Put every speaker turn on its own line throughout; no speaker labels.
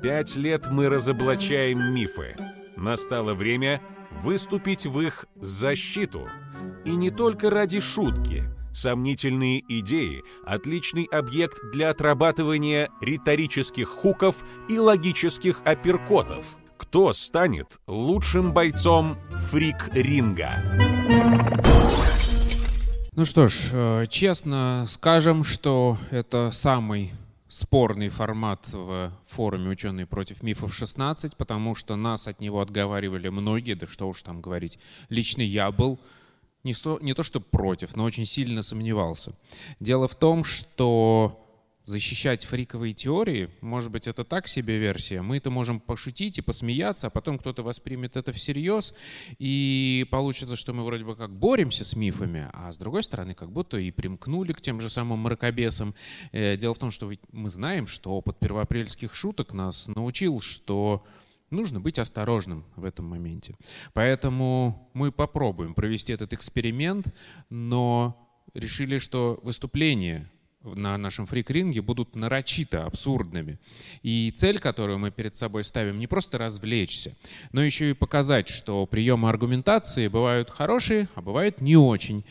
5 лет мы разоблачаем мифы. Настало время выступить в их защиту. И не только ради шутки. Сомнительные идеи – отличный объект для отрабатывания риторических хуков и логических апперкотов. Кто станет лучшим бойцом фрик-ринга?
Ну что ж, честно скажем, что это самый спорный формат в форуме «Ученые против мифов 16», потому что нас от него отговаривали многие, да что уж там говорить. Лично я был не то что против, но очень сильно сомневался. Дело в том, что защищать фриковые теории, может быть, это так себе версия. Мы-то можем пошутить и посмеяться, а потом кто-то воспримет это всерьез, и получится, что мы вроде бы как боремся с мифами, а с другой стороны, как будто и примкнули к тем же самым мракобесам. Дело в том, что мы знаем, что опыт первоапрельских шуток нас научил, что нужно быть осторожным в этом моменте. Поэтому мы попробуем провести этот эксперимент, но решили, что выступления на нашем фрик-ринге будут нарочито абсурдными. И цель, которую мы перед собой ставим, не просто развлечься, но еще и показать, что приемы аргументации бывают хорошие, а бывают не очень.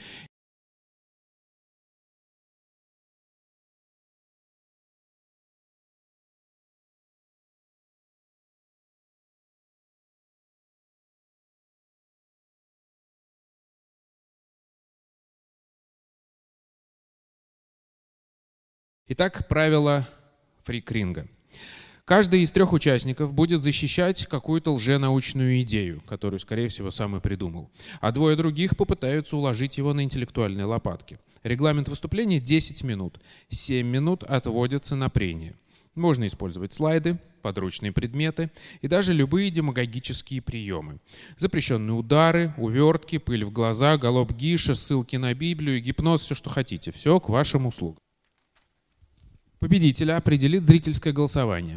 Итак, правила фрик-ринга. Каждый из 3 участников будет защищать какую-то лженаучную идею, которую, скорее всего, сам и придумал. А 2 других попытаются уложить его на интеллектуальные лопатки. Регламент выступления — 10 минут. 7 минут отводятся на прение. Можно использовать слайды, подручные предметы и даже любые демагогические приемы. Запрещенные удары, увертки, пыль в глаза, галоп Гиша, ссылки на Библию, гипноз, все, что хотите. Все к вашим услугам. Победителя определит зрительское голосование.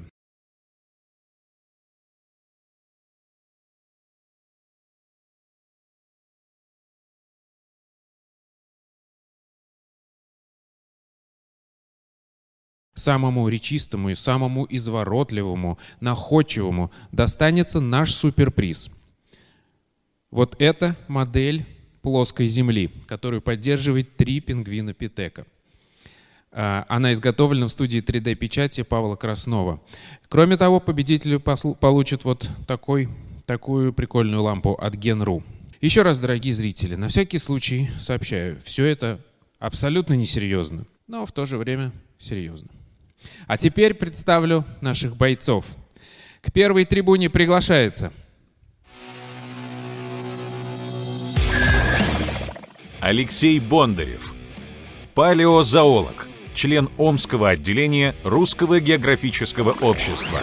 Самому речистому и самому изворотливому, находчивому достанется наш суперприз. Вот это модель плоской Земли, которую поддерживает 3 пингвина Питека. Она изготовлена в студии 3D-печати Павла Краснова. Кроме того, победители получат вот такую прикольную лампу от Gen.ru. Еще раз, дорогие зрители, на всякий случай сообщаю, все это абсолютно несерьезно, но в то же время серьезно. А теперь представлю наших бойцов. К первой трибуне приглашается
Алексей Бондарев, палеозоолог, член Омского отделения Русского географического общества.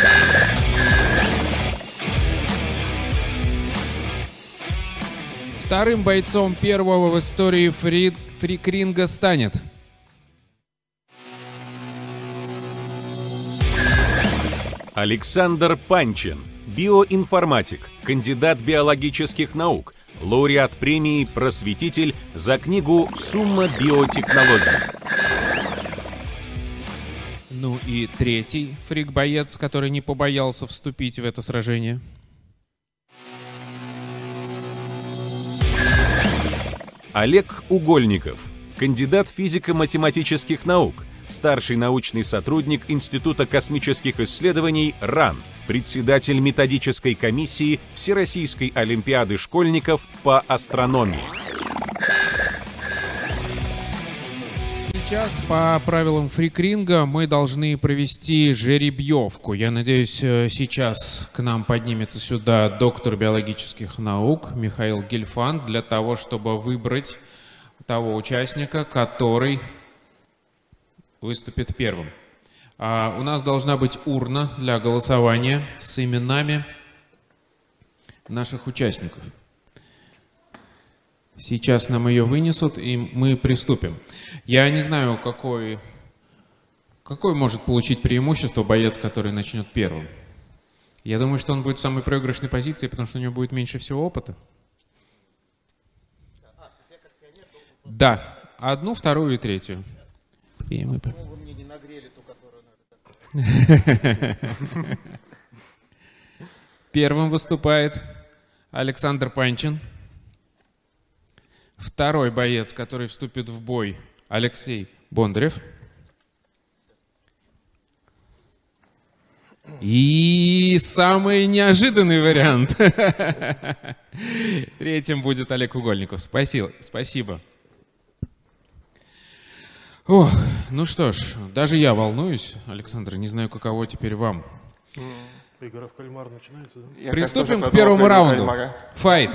Вторым бойцом первого в истории фрик-ринга станет
Александр Панчин, биоинформатик, кандидат биологических наук, лауреат премии «Просветитель» за книгу «Сумма биотехнологий».
Ну и третий фрик-боец, который не побоялся вступить в это сражение.
Олег Угольников, кандидат физико-математических наук, старший научный сотрудник Института космических исследований РАН, председатель методической комиссии Всероссийской олимпиады школьников по астрономии.
Сейчас по правилам фрик-ринга мы должны провести жеребьевку. Я надеюсь, сейчас к нам поднимется сюда доктор биологических наук Михаил Гельфанд для того, чтобы выбрать того участника, который выступит первым. У нас должна быть урна для голосования с именами наших участников. Сейчас нам ее вынесут, и мы приступим. Я не знаю, какой может получить преимущество боец, который начнет первым. Я думаю, что он будет в самой проигрышной позиции, потому что у него будет меньше всего опыта. Да, 1, 2 и 3. И мы... Первым выступает Александр Панчин. Второй боец, который вступит в бой, Алексей Бондарев. И самый неожиданный вариант. Третьим будет Олег Угольников. Спасибо. Ох, ну что ж, даже я волнуюсь, Александр, не знаю, каково теперь вам.
Игра в кальмар начинается, да?
Приступим к первому раунду. Файт.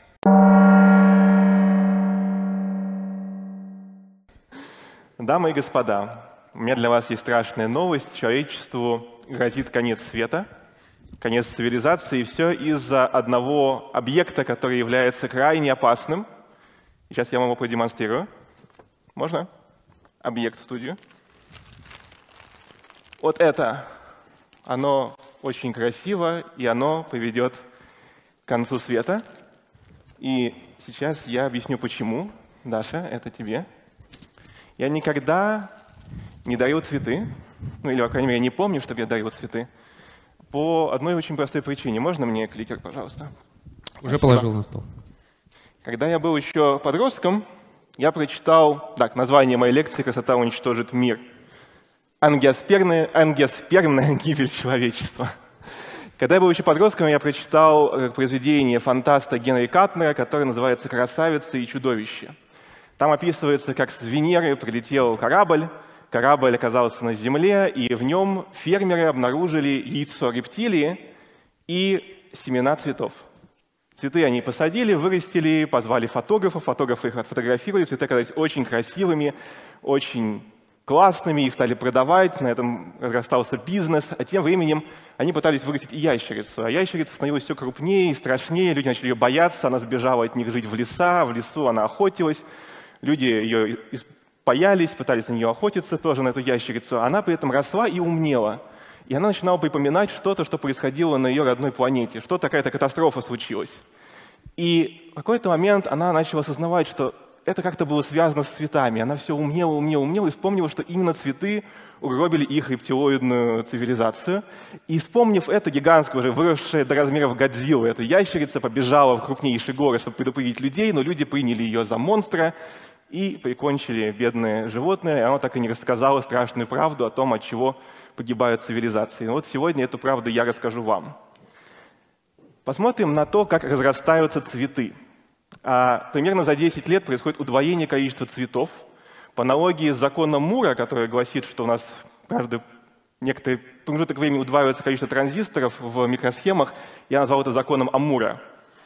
Дамы и господа, у меня для вас есть страшная новость. Человечеству грозит конец света, конец цивилизации, и все из-за одного объекта, который является крайне опасным. Сейчас я вам его продемонстрирую. Можно? Объект в студию. Вот это. Оно очень красиво, и оно приведет к концу света. И сейчас я объясню, почему. Даша, это тебе. Я никогда не дарил цветы, ну или, по крайней мере, не помню, чтобы я дарил цветы, по одной очень простой причине. Можно мне кликер, пожалуйста?
Уже положил на стол.
Когда я был еще подростком, я прочитал, так, название моей лекции «Красота уничтожит мир». Ангиоспермная гибель человечества. Когда я был еще подростком, я прочитал произведение фантаста Генри Катнера, которое называется «Красавица и чудовище». Там описывается, как с Венеры прилетел корабль оказался на Земле, и в нем фермеры обнаружили яйцо рептилии и семена цветов. Цветы они посадили, вырастили, позвали фотографов, фотографы их отфотографировали, цветы оказались очень красивыми, очень классными, их стали продавать, на этом разрастался бизнес, а тем временем они пытались вырастить и ящерицу, а ящерица становилась все крупнее и страшнее, люди начали ее бояться, она сбежала от них жить в лесу она охотилась, люди ее боялись, пытались на нее охотиться тоже, на эту ящерицу, она при этом росла и умнела. И она начинала припоминать что-то, что происходило на ее родной планете, что какая-то катастрофа случилась. И в какой-то момент она начала осознавать, что это как-то было связано с цветами. Она все умнела и вспомнила, что именно цветы угробили их рептилоидную цивилизацию. И вспомнив это, гигантское, уже выросшее до размеров Годзиллы, эта ящерица побежала в крупнейшие горы, чтобы предупредить людей, но люди приняли ее за монстра и прикончили бедное животное. И оно так и не рассказало страшную правду о том, от чего погибают цивилизации. Вот сегодня эту правду я расскажу вам. Посмотрим на то, как разрастаются цветы. Примерно за 10 лет происходит удвоение количества цветов. По аналогии с законом Мура, который гласит, что у нас каждый некоторый промежуток времени удваивается количество транзисторов в микросхемах, я назвал это законом Амура.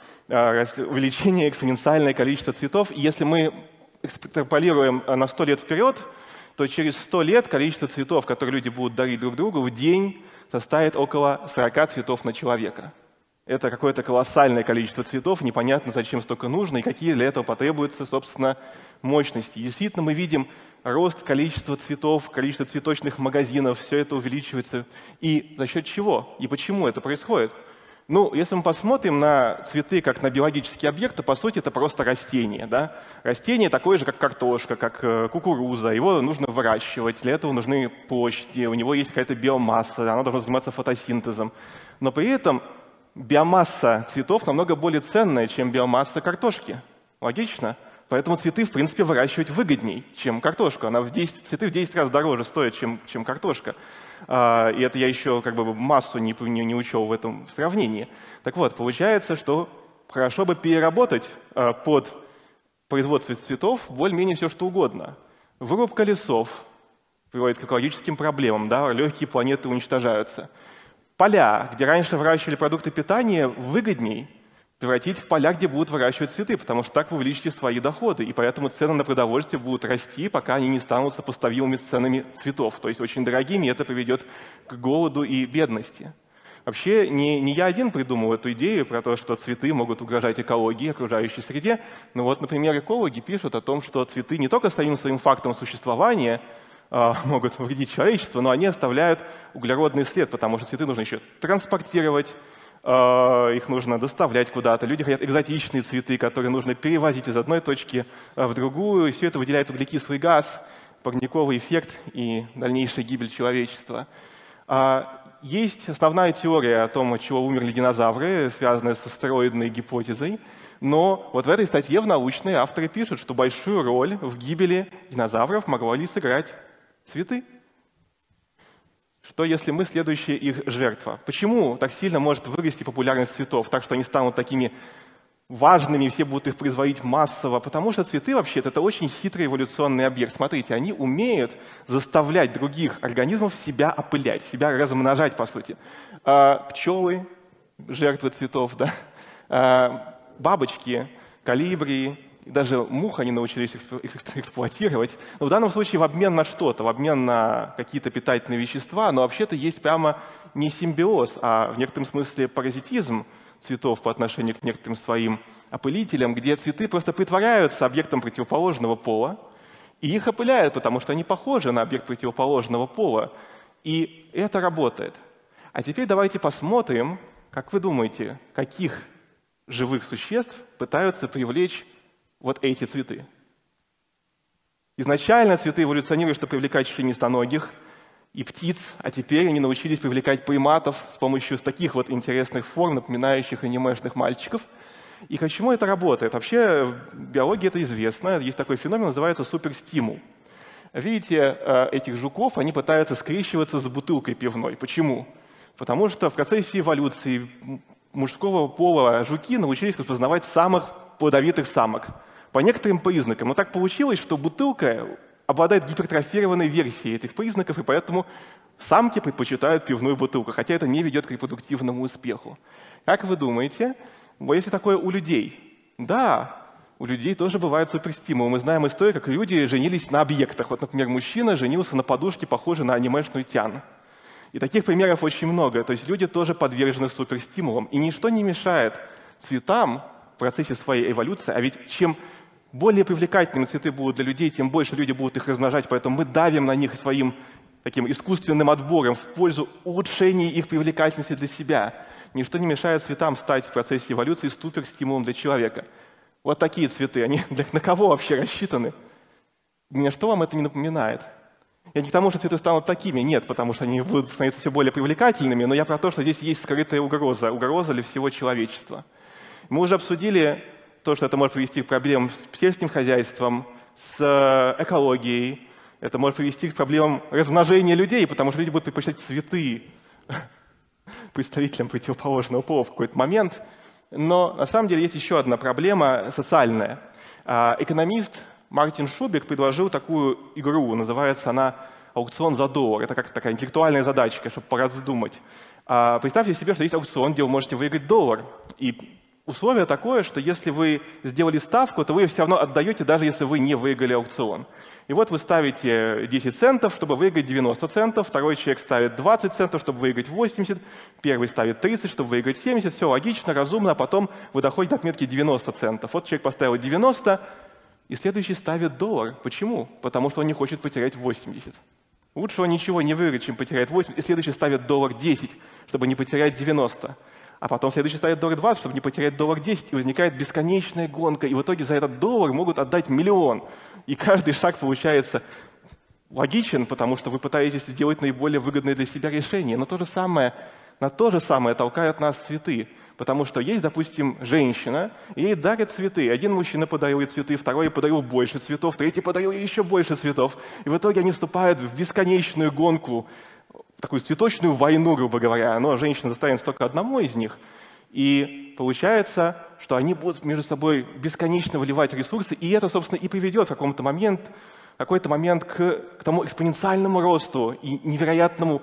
Увеличение экспоненциальное количество цветов. И если мы экстраполируем на 100 лет вперед, то через 100 лет количество цветов, которые люди будут дарить друг другу, в день составит около 40 цветов на человека. Это какое-то колоссальное количество цветов, непонятно, зачем столько нужно и какие для этого потребуются, собственно, мощности. И действительно, мы видим рост количества цветов, количество цветочных магазинов, все это увеличивается. И за счет чего? И почему это происходит? Ну, если мы посмотрим на цветы как на биологические объекты, по сути, это просто растение. Да? Растение такое же, как картошка, как кукуруза. Его нужно выращивать, для этого нужны площади, у него есть какая-то биомасса, оно должно заниматься фотосинтезом. Но при этом биомасса цветов намного более ценная, чем биомасса картошки. Логично? Поэтому цветы, в принципе, выращивать выгодней, чем картошку. Цветы в 10 раз дороже стоят, чем картошка. И это я еще массу не учел в этом сравнении. Так вот, получается, что хорошо бы переработать под производство цветов более-менее все, что угодно. Вырубка лесов приводит к экологическим проблемам, да, легкие планеты уничтожаются. Поля, где раньше выращивали продукты питания, выгодней превратить в поля, где будут выращивать цветы, потому что так вы увеличите свои доходы, и поэтому цены на продовольствие будут расти, пока они не станут сопоставимыми с ценами цветов, то есть очень дорогими, и это приведет к голоду и бедности. Вообще, не я один придумал эту идею про то, что цветы могут угрожать экологии, окружающей среде, но вот, например, экологи пишут о том, что цветы не только самим своим фактом существования могут вредить человечеству, но они оставляют углеродный след, потому что цветы нужно еще транспортировать, их нужно доставлять куда-то. Люди хотят экзотичные цветы, которые нужно перевозить из одной точки в другую, и все это выделяет углекислый газ, парниковый эффект и дальнейшая гибель человечества. Есть основная теория о том, от чего умерли динозавры, связанная с астероидной гипотезой. Но вот в этой статье в научной авторы пишут, что большую роль в гибели динозавров могли сыграть цветы. Что если мы следующая их жертва? Почему так сильно может вырасти популярность цветов, так что они станут такими важными, и все будут их производить массово? Потому что цветы вообще-то это очень хитрый эволюционный объект. Смотрите, они умеют заставлять других организмов себя опылять, себя размножать, по сути. Пчелы, жертвы цветов, да? Бабочки, колибри, даже мух они научились эксплуатировать. Но в данном случае в обмен на что-то, в обмен на какие-то питательные вещества, но вообще-то есть прямо не симбиоз, а в некотором смысле паразитизм цветов по отношению к некоторым своим опылителям, где цветы просто притворяются объектом противоположного пола, и их опыляют, потому что они похожи на объект противоположного пола. И это работает. А теперь давайте посмотрим, как вы думаете, каких живых существ пытаются привлечь вот эти цветы. Изначально цветы эволюционируют, чтобы привлекать членистоногих и птиц, а теперь они научились привлекать приматов с помощью таких вот интересных форм, напоминающих анимешных мальчиков. И к чему это работает? Вообще в биологии это известно. Есть такой феномен, называется суперстимул. Видите, этих жуков, они пытаются скрещиваться с бутылкой пивной. Почему? Потому что в процессе эволюции мужского пола жуки научились распознавать самых плодовитых самок по некоторым признакам. Но так получилось, что бутылка обладает гипертрофированной версией этих признаков, и поэтому самки предпочитают пивную бутылку, хотя это не ведет к репродуктивному успеху. Как вы думаете, если такое у людей? Да, у людей тоже бывает суперстимул. Мы знаем историю, как люди женились на объектах. Вот, например, мужчина женился на подушке, похожей на анимешную тян. И таких примеров очень много. То есть люди тоже подвержены суперстимулам. И ничто не мешает цветам в процессе своей эволюции. А ведь чем более привлекательными цветы будут для людей, тем больше люди будут их размножать. Поэтому мы давим на них своим таким искусственным отбором в пользу улучшения их привлекательности для себя. Ничто не мешает цветам стать в процессе эволюции суперстимулом для человека. Вот такие цветы. Они на кого вообще рассчитаны? Ни на что вам это не напоминает. Я не к тому, что цветы станут такими, нет, потому что они будут становиться все более привлекательными, но я про то, что здесь есть скрытая угроза для всего человечества. Мы уже обсудили то, что это может привести к проблемам с сельским хозяйством, с экологией, это может привести к проблемам размножения людей, потому что люди будут предпочитать цветы представителям противоположного пола в какой-то момент. Но на самом деле есть еще одна проблема социальная. Экономист Мартин Шубик предложил такую игру, называется она «Аукцион за доллар». Это как такая интеллектуальная задачка, чтобы пораздумать. Представьте себе, что есть аукцион, где вы можете выиграть доллар. И условие такое, что если вы сделали ставку, то вы все равно отдаете, даже если вы не выиграли аукцион. И вот вы ставите 10 центов, чтобы выиграть 90 центов, второй человек ставит 20 центов, чтобы выиграть 80, первый ставит 30, чтобы выиграть 70. Все логично, разумно, а потом вы доходите до отметки 90 центов. Вот человек поставил 90, и следующий ставит доллар. Почему? Потому что он не хочет потерять 80. Лучше он ничего не выиграет, чем потерять 80, и следующий ставит доллар 10, чтобы не потерять 90. А потом следующий ставит доллар 20, чтобы не потерять доллар 10, и возникает бесконечная гонка, и в итоге за этот доллар могут отдать миллион. И каждый шаг получается логичен, потому что вы пытаетесь сделать наиболее выгодное для себя решение. Но на то же самое толкают нас цветы. Потому что есть, допустим, женщина, и ей дарят цветы. Один мужчина подарил ей цветы, второй подарил больше цветов, третий подарил ей еще больше цветов. И в итоге они вступают в бесконечную гонку, такую цветочную войну, грубо говоря. Но женщина достанется только одному из них. И получается, что они будут между собой бесконечно выливать ресурсы, и это, собственно, и приведет в какой-то момент к тому экспоненциальному росту и невероятному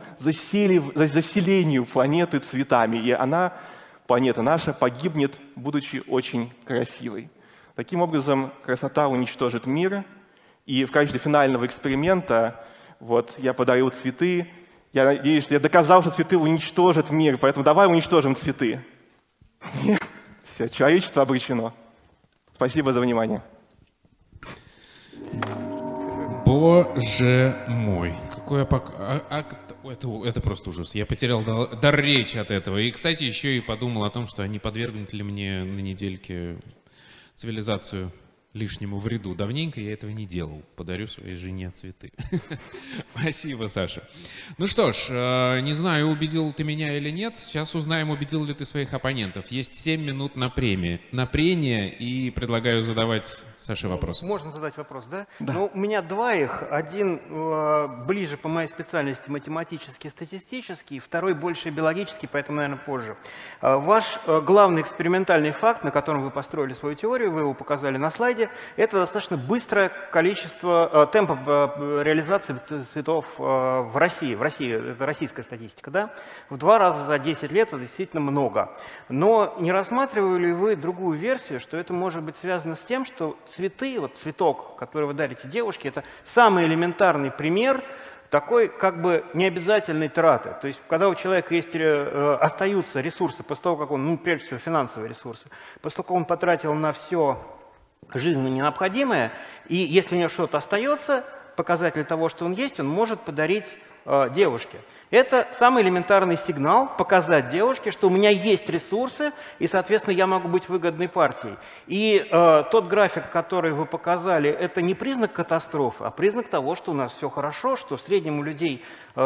заселению планеты цветами. И планета наша погибнет, будучи очень красивой. Таким образом, красота уничтожит мир, и в качестве финального эксперимента я подарил цветы. Я надеюсь, что я доказал, что цветы уничтожат мир, поэтому давай уничтожим цветы. Нет, все, человечество обречено. Спасибо за внимание.
Боже мой, какое это просто ужас. Я потерял дар речи от этого. И, кстати, еще и подумал о том, что они подвергнут ли мне на недельке цивилизацию лишнему вреду. Давненько я этого не делал. Подарю своей жене цветы. Спасибо, Саша. Ну что ж, не знаю, убедил ты меня или нет. Сейчас узнаем, убедил ли ты своих оппонентов. Есть 7 минут на прение, и предлагаю задавать Саше вопросы.
Можно задать вопрос, да?
Да.
Ну, у меня два их. Один ближе по моей специальности математический, статистический, второй больше биологический, поэтому, наверное, позже. Ваш главный экспериментальный факт, на котором вы построили свою теорию, вы его показали на слайде, это достаточно быстрое количество, темп реализации цветов в России. В России, это российская статистика, да? В 2 раза за 10 лет это действительно много. Но не рассматривали ли вы другую версию, что это может быть связано с тем, что цветы, вот цветок, который вы дарите девушке, это самый элементарный пример такой как бы необязательной траты. То есть, когда у человека есть, остаются ресурсы, после того, как он, ну, прежде всего, финансовые ресурсы, после того, как он потратил на все жизненно необходимое, и если у него что-то остается, показатель того, что он есть, он может подарить девушке. Это самый элементарный сигнал показать девушке, что у меня есть ресурсы, и, соответственно, я могу быть выгодной партией. И тот график, который вы показали, это не признак катастрофы, а признак того, что у нас все хорошо, что в среднем у людей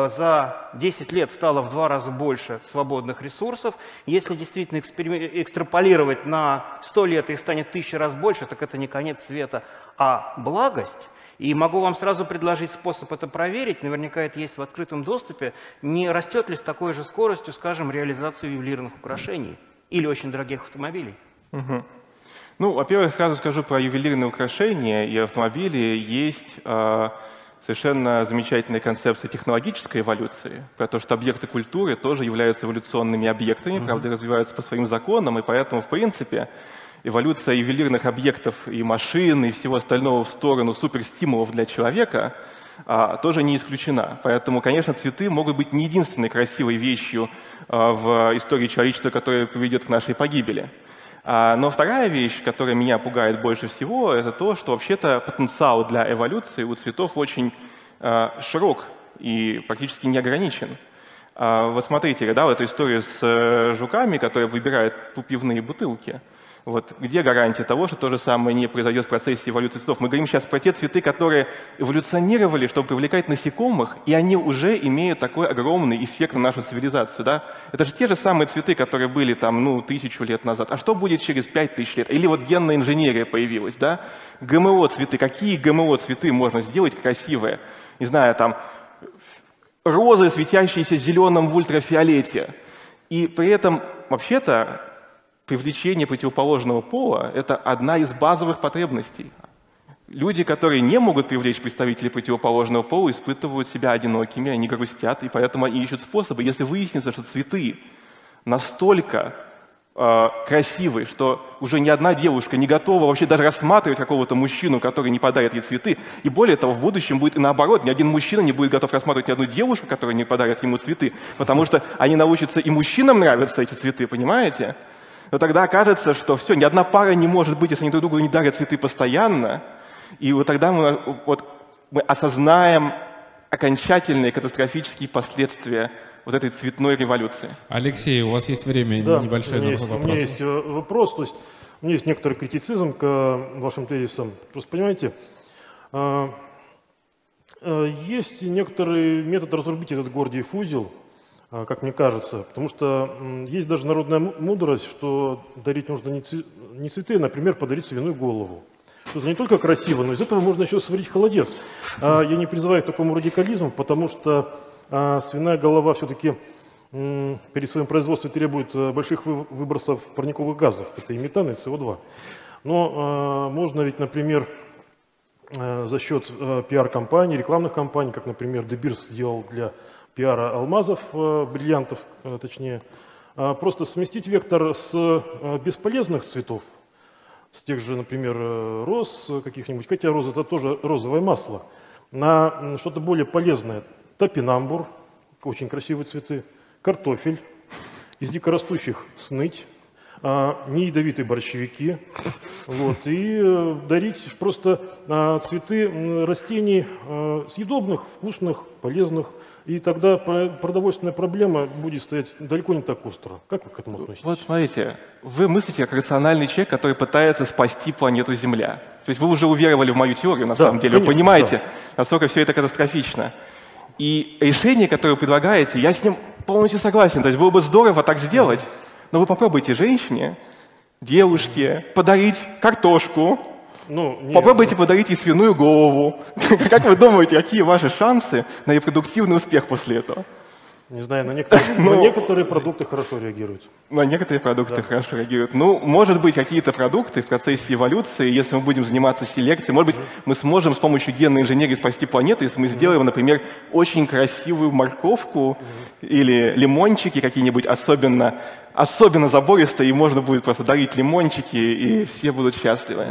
за 10 лет стало в 2 раза больше свободных ресурсов. Если действительно экстраполировать на 100 лет, их станет 1000 раз больше, так это не конец света, а благость. И могу вам сразу предложить способ это проверить, наверняка это есть в открытом доступе, не растет ли с такой же скоростью, скажем, реализацию ювелирных украшений или очень дорогих автомобилей.
Угу. Ну, во-первых, сразу скажу про ювелирные украшения и автомобили. Есть совершенно замечательная концепция технологической эволюции, про то, что объекты культуры тоже являются эволюционными объектами, правда, развиваются по своим законам, и поэтому, в принципе, эволюция ювелирных объектов и машин, и всего остального в сторону суперстимулов для человека тоже не исключена. Поэтому, конечно, цветы могут быть не единственной красивой вещью в истории человечества, которая приведет к нашей погибели. Но вторая вещь, которая меня пугает больше всего, это то, что вообще-то потенциал для эволюции у цветов очень широк и практически не ограничен. Вот смотрите, да, вот эта история с жуками, которые выбирают пивные бутылки. Вот где гарантия того, что то же самое не произойдет в процессе эволюции цветов? Мы говорим сейчас про те цветы, которые эволюционировали, чтобы привлекать насекомых, и они уже имеют такой огромный эффект на нашу цивилизацию. Да? Это же те же самые цветы, которые были там, 1000 лет назад. А что будет через 5000 лет? Или вот генная инженерия появилась, да? ГМО-цветы. Какие ГМО-цветы можно сделать красивые? Не знаю, там розы, светящиеся зеленым в ультрафиолете. И при этом, вообще-то, привлечение противоположного пола – это одна из базовых потребностей. Люди, которые не могут привлечь представителей противоположного пола, испытывают себя одинокими, они грустят, и поэтому они ищут способы. Если выяснится, что цветы настолько красивые, что уже ни одна девушка не готова вообще даже рассматривать какого-то мужчину, который не подарит ей цветы, и более того, в будущем будет и наоборот, ни один мужчина не будет готов рассматривать ни одну девушку, которая не подарит ему цветы, потому что они научатся, и мужчинам нравятся эти цветы, понимаете? Но тогда окажется, что все, ни одна пара не может быть, если они друг другу не дарят цветы постоянно. И вот тогда мы осознаем окончательные катастрофические последствия вот этой цветной революции.
Алексей, у вас есть время,
да,
небольшой вопрос.
У меня есть вопрос, то есть у меня есть некоторый критицизм к вашим тезисам. Просто понимаете, есть некоторый метод разрубить этот Гордиев узел, как мне кажется, потому что есть даже народная мудрость, что дарить нужно не цветы, а, например, подарить свиную голову. Что это не только красиво, но из этого можно еще сварить холодец. Я не призываю к такому радикализму, потому что свиная голова все-таки перед своим производством требует больших выбросов парниковых газов. Это и метан, и СО2. Но можно ведь, например, за счет пиар-компаний, рекламных компаний, как, например, De Beers делал для пиара алмазов, бриллиантов, точнее, просто сместить вектор с бесполезных цветов, с тех же, например, роз каких-нибудь, хотя роза это тоже розовое масло, на что-то более полезное. Топинамбур, очень красивые цветы, картофель, из дикорастущих сныть, неядовитые борщевики, вот, и дарить просто цветы растений съедобных, вкусных, полезных, и тогда продовольственная проблема будет стоять далеко не так остро. Как вы к этому относитесь?
Вот смотрите, вы мыслите как рациональный человек, который пытается спасти планету Земля. То есть вы уже уверовали в мою теорию, на самом деле.
Конечно,
вы понимаете, насколько все это катастрофично. И решение, которое вы предлагаете, я с ним полностью согласен. То есть было бы здорово так сделать, но вы попробуйте женщине, девушке подарить картошку, попробуйте подарить ей свиную голову. Как вы думаете, какие ваши шансы на репродуктивный успех после этого?
Не знаю, на некоторые продукты хорошо реагируют.
На некоторые продукты хорошо реагируют. Ну, может быть, какие-то продукты в процессе эволюции, если мы будем заниматься селекцией, может быть, мы сможем с помощью генной инженерии спасти планету, если мы сделаем, например, очень красивую морковку или лимончики какие-нибудь особенно забористые, и можно будет просто дарить лимончики, и все будут счастливы.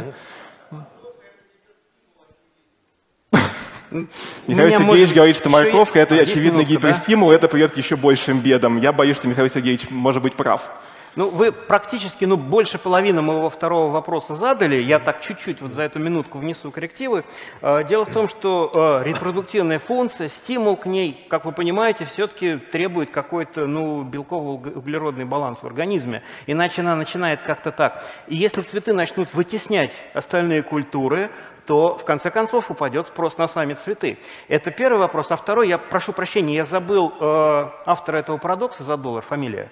Михаил Сергеевич говорит, что морковка – это, очевидно, гиперстимул, это приведет к еще большим бедам. Я боюсь, что Михаил Сергеевич может быть прав.
Ну, вы практически, больше половины моего второго вопроса задали. Я так чуть-чуть вот за эту минутку внесу коррективы. Дело в том, что репродуктивная функция, стимул к ней, как вы понимаете, все-таки требует какой-то, белково-углеродный баланс в организме. Иначе она начинает как-то так. И если цветы начнут вытеснять остальные культуры, то в конце концов упадет спрос на сами цветы. Это первый вопрос. А второй, я прошу прощения, я забыл автора этого парадокса за $1, фамилия.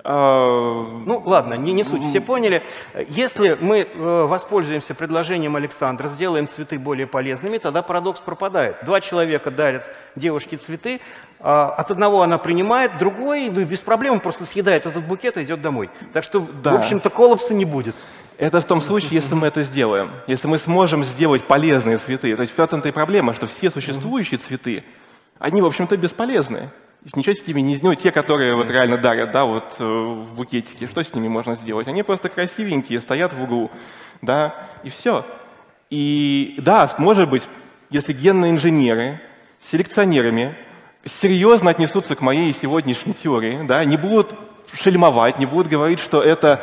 Ну, ладно, не суть, все поняли. Если мы воспользуемся предложением Александра, сделаем цветы более полезными, тогда парадокс пропадает. 2 человека дарят девушке цветы, от одного она принимает, другой, без проблем, просто съедает этот букет и идет домой. Так что, в общем-то, коллапса не будет.
Это в том случае, если мы это сделаем. Если мы сможем сделать полезные цветы. То есть в этом-то и проблема, что все существующие цветы, они, в общем-то, бесполезны. Ничего с ними не сделать. Те, которые вот реально дарят, в букетике, что с ними можно сделать? Они просто красивенькие, стоят в углу, и все. И может быть, если генные инженеры с селекционерами серьезно отнесутся к моей сегодняшней теории, не будут шельмовать, не будут говорить, что это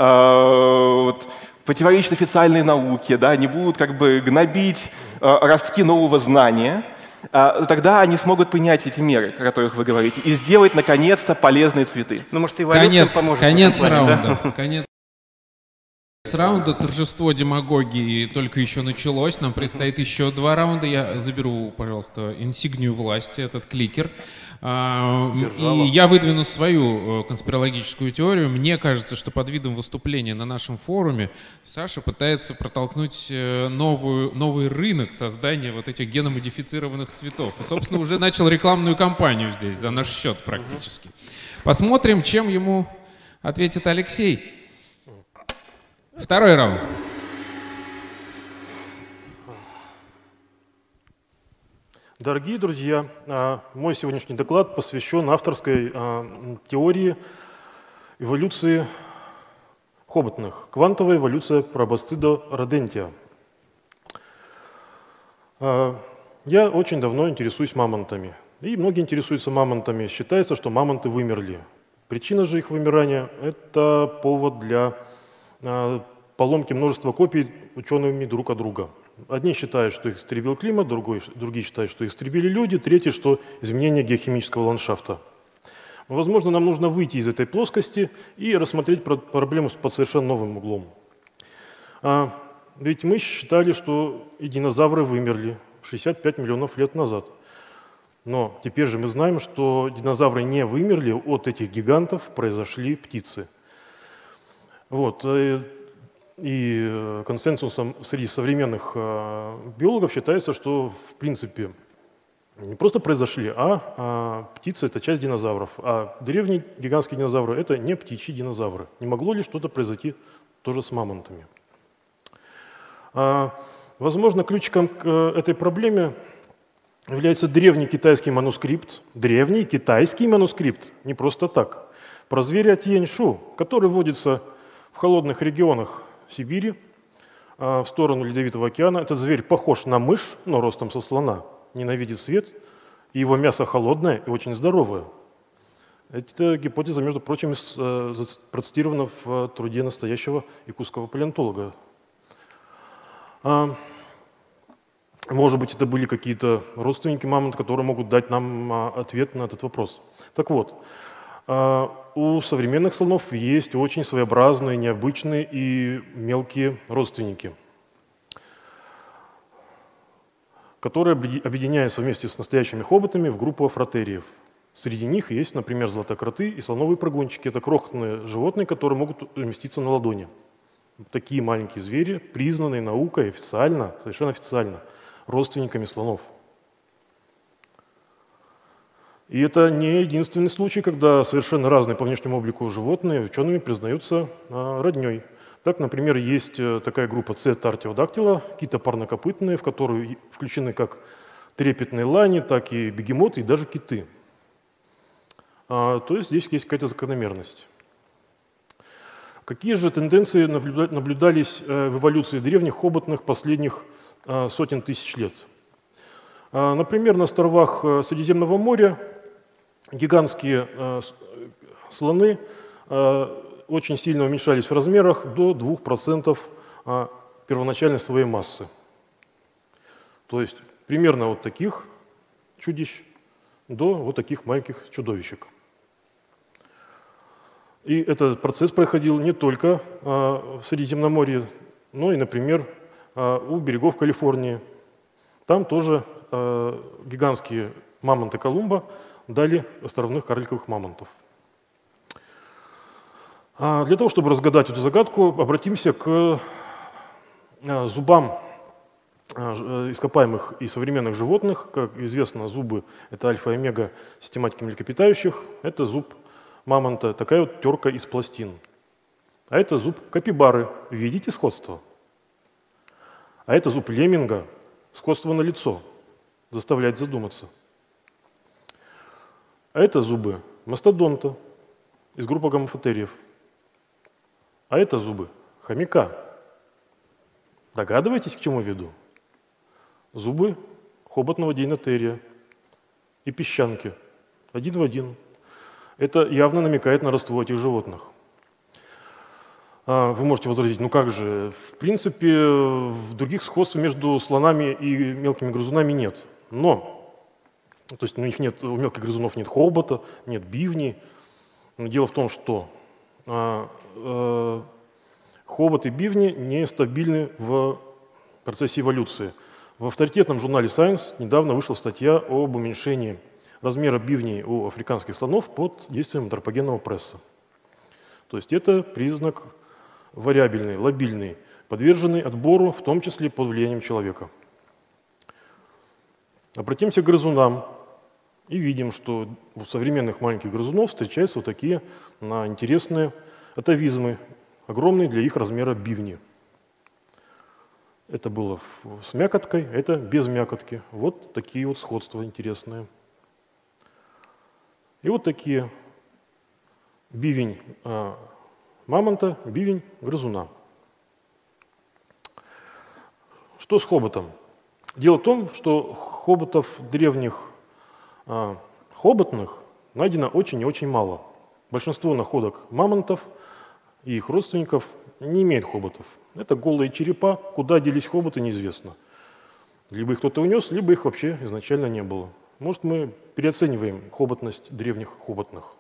противоречит официальной науке, не будут гнобить ростки нового знания, тогда они смогут принять эти меры, о которых вы говорите, и сделать, наконец-то, полезные цветы.
Ну, может, эволюция поможет.
Конец раунда. Конец раунда. Торжество демагогии только еще началось. Нам предстоит еще 2 раунда. Я заберу, пожалуйста, инсигнию власти, этот кликер. И я выдвину свою конспирологическую теорию. Мне кажется, что под видом выступления на нашем форуме Саша пытается протолкнуть новый рынок создания вот этих геномодифицированных цветов. И, собственно, уже начал рекламную кампанию здесь за наш счет практически. Посмотрим, чем ему ответит Алексей. 2-й раунд.
Дорогие друзья, мой сегодняшний доклад посвящен авторской теории эволюции хоботных. Квантовая эволюция Proboscidea rodentia. Я очень давно интересуюсь мамонтами. И многие интересуются мамонтами. Считается, что мамонты вымерли. Причина же их вымирания – это повод для поломки множества копий учеными друг от друга. Одни считают, что их истребил климат, другие считают, что их истребили люди, третьи, что изменение геохимического ландшафта. Возможно, нам нужно выйти из этой плоскости и рассмотреть проблему под совершенно новым углом. Ведь мы считали, что и динозавры вымерли 65 миллионов лет назад. Но теперь же мы знаем, что динозавры не вымерли, от этих гигантов произошли птицы. И консенсусом среди современных биологов считается, что в принципе не просто произошли, а птицы – это часть динозавров, а древние гигантские динозавры – это не птичьи динозавры. Не могло ли что-то произойти тоже с мамонтами? Возможно, ключиком к этой проблеме является древний китайский манускрипт, не просто так, про зверя Тяньшу, который водится в холодных регионах Сибири, в сторону Ледовитого океана. Этот зверь похож на мышь, но ростом со слона, ненавидит свет, и его мясо холодное и очень здоровое. Эта гипотеза, между прочим, процитирована в труде настоящего якутского палеонтолога. Может быть, это были какие-то родственники мамонта, которые могут дать нам ответ на этот вопрос. Так вот, у современных слонов есть очень своеобразные, необычные и мелкие родственники. которые объединяются вместе с настоящими хоботами в группу афротериев. Среди них есть, например, златокроты и слоновые прогончики. Это крохотные животные, которые могут уместиться на ладони. Такие маленькие звери, признанные наукой официально, совершенно официально, родственниками слонов. И это не единственный случай, когда совершенно разные по внешнему облику животные учеными признаются родней. Так, например, есть такая группа C-тартиодактила, китопарнокопытные, в которую включены как трепетные лани, так и бегемоты и даже киты. То есть здесь есть какая-то закономерность. Какие же тенденции наблюдались в эволюции древних хоботных последних сотен тысяч лет? Например, на островах Средиземного моря гигантские слоны очень сильно уменьшались в размерах до 2% первоначальной своей массы. То есть примерно вот таких чудищ до вот таких маленьких чудовищек. И этот процесс происходил не только в Средиземноморье, но и, например, у берегов Калифорнии. Там тоже гигантские мамонты Колумба дали островных карликовых мамонтов. Для того, чтобы разгадать эту загадку, обратимся к зубам ископаемых и современных животных. Как известно, зубы – это альфа и омега систематики млекопитающих. Это зуб мамонта, такая вот терка из пластин. А это зуб капибары. Видите сходство? А это зуб лемминга. Сходство налицо. Заставляет задуматься. А это зубы мастодонта из группы гомофотериев. А это зубы хомяка. Догадываетесь, к чему веду? Зубы хоботного дейнотерия и песчанки. Один в один. Это явно намекает на родство этих животных. Вы можете возразить, ну как же, в принципе, в других сходств между слонами и мелкими грызунами нет. Но, то есть у мелких грызунов нет хобота, нет бивней. Но дело в том, что хобот и бивни нестабильны в процессе эволюции. В авторитетном журнале Science недавно вышла статья об уменьшении размера бивней у африканских слонов под действием антропогенного пресса. То есть это признак вариабельный, лобильный, подверженный отбору, в том числе под влиянием человека. Обратимся к грызунам и видим, что у современных маленьких грызунов встречаются вот такие интересные атовизмы, огромные для их размера бивни. Это было с мякоткой, это без мякотки. Вот такие вот сходства интересные. И вот такие бивень мамонта, бивень грызуна. Что с хоботом? Дело в том, что хоботов древних хоботных найдено очень и очень мало. Большинство находок мамонтов и их родственников не имеют хоботов. Это голые черепа, куда делись хоботы, неизвестно. Либо их кто-то унес, либо их вообще изначально не было. Может, мы переоцениваем хоботность древних хоботных.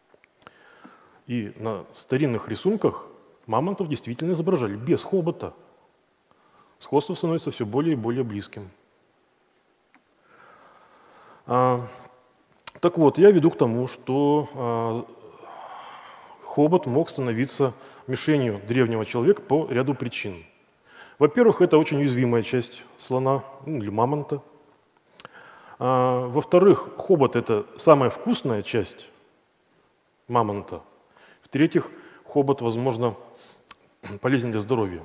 И на старинных рисунках мамонтов действительно изображали без хобота. Сходство становится все более и более близким. Так вот, я веду к тому, что хобот мог становиться мишенью древнего человека по ряду причин. Во-первых, это очень уязвимая часть слона или мамонта. Во-вторых, хобот – это самая вкусная часть мамонта. В-третьих, хобот, возможно, полезен для здоровья.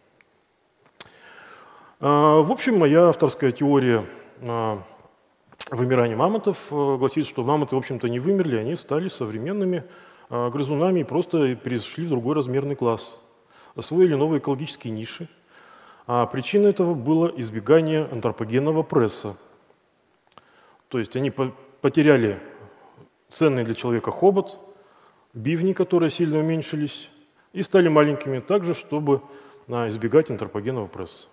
В общем, моя авторская теория вымирания мамонтов гласит, что мамонты, в общем-то, не вымерли, они стали современными грызунами и просто перешли в другой размерный класс, освоили новые экологические ниши. А причиной этого было избегание антропогенного пресса. То есть они потеряли ценный для человека хобот, бивни, которые сильно уменьшились, и стали маленькими также, чтобы избегать антропогенного пресса.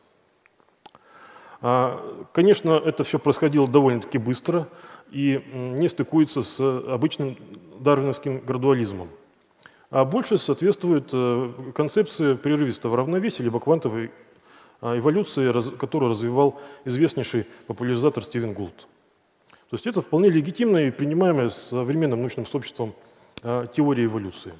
Конечно, это все происходило довольно-таки быстро и не стыкуется с обычным дарвиновским градуализмом. А больше соответствует концепции прерывистого равновесия либо квантовой эволюции, которую развивал известнейший популяризатор Стивен Гулд. То есть это вполне легитимная и принимаемая современным научным сообществом теория эволюции.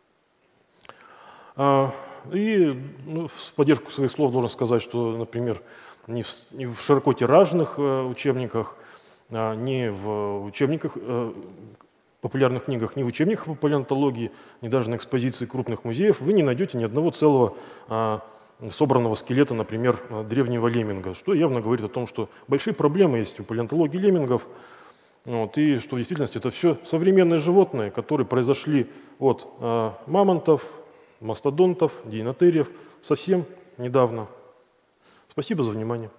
И в поддержку своих слов должен сказать, что, например, ни в широко тиражных учебниках, ни в учебниках, популярных книгах, ни в учебниках по палеонтологии, ни даже на экспозиции крупных музеев вы не найдете ни одного целого собранного скелета, например, древнего лемминга, что явно говорит о том, что большие проблемы есть у палеонтологии леммингов, и что в действительности это все современные животные, которые произошли от мамонтов, мастодонтов, дейнотериев совсем недавно. Спасибо за внимание.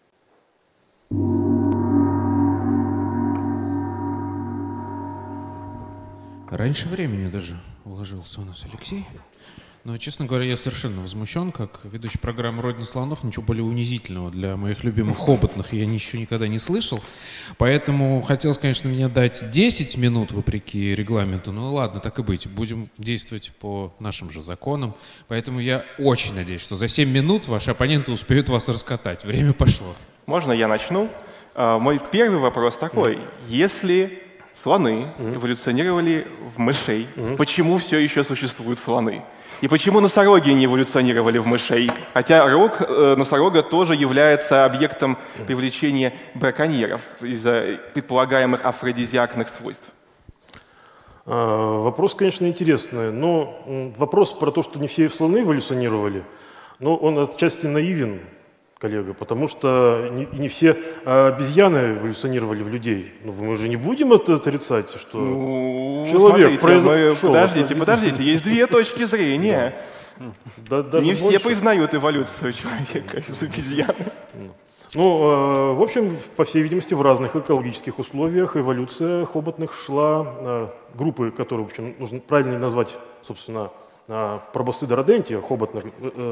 Раньше времени даже уложился у нас Алексей. Но, честно говоря, я совершенно возмущен, как ведущий программы «Родина слонов». Ничего более унизительного для моих любимых хоботных я еще никогда не слышал. Поэтому хотелось, конечно, мне дать 10 минут, вопреки регламенту. Ну ладно, так и быть. Будем действовать по нашим же законам. Поэтому я очень надеюсь, что за 7 минут ваши оппоненты успеют вас раскатать. Время пошло.
Можно я начну? Мой первый вопрос такой. Если слоны эволюционировали в мышей, почему все еще существуют слоны? И почему носороги не эволюционировали в мышей? Хотя рог носорога тоже является объектом привлечения браконьеров из-за предполагаемых афродизиакных свойств.
Вопрос, конечно, интересный, но вопрос про то, что не все слоны эволюционировали, но он отчасти наивен, коллега, потому что не все обезьяны эволюционировали в людей. Но мы же не будем это отрицать, что человек произошел.
Подождите, есть две точки зрения. Не все признают эволюцию человека из обезьяны.
Ну, в общем, по всей видимости, в разных экологических условиях эволюция хоботных шла, группы, которые, в общем, нужно правильно назвать, собственно, Proboscidea rodentia, хоботных,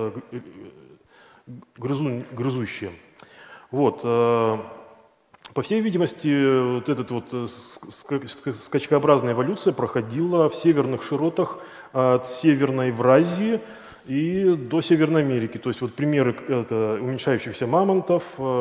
грызущие. Вот. По всей видимости, вот эта вот скачкообразная эволюция проходила в северных широтах от Северной Евразии и до Северной Америки. То есть вот примеры это уменьшающихся мамонтов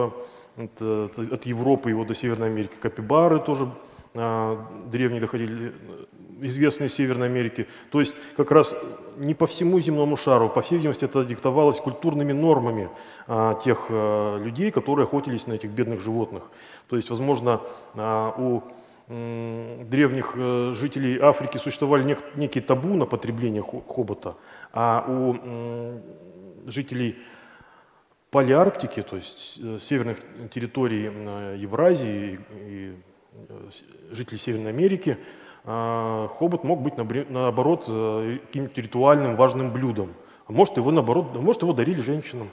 от Европы и до Северной Америки, капибары тоже древние доходили, известные из Северной Америки. То есть как раз не по всему земному шару, по всей видимости, это диктовалось культурными нормами тех людей, которые охотились на этих бедных животных. То есть, возможно, у древних жителей Африки существовали некие табу на потребление хобота, а у жителей Палеарктики, то есть северных территорий Евразии и жителей Северной Америки, хобот мог быть, наоборот, каким-то ритуальным важным блюдом. А может, его, наоборот, может, его дарили женщинам.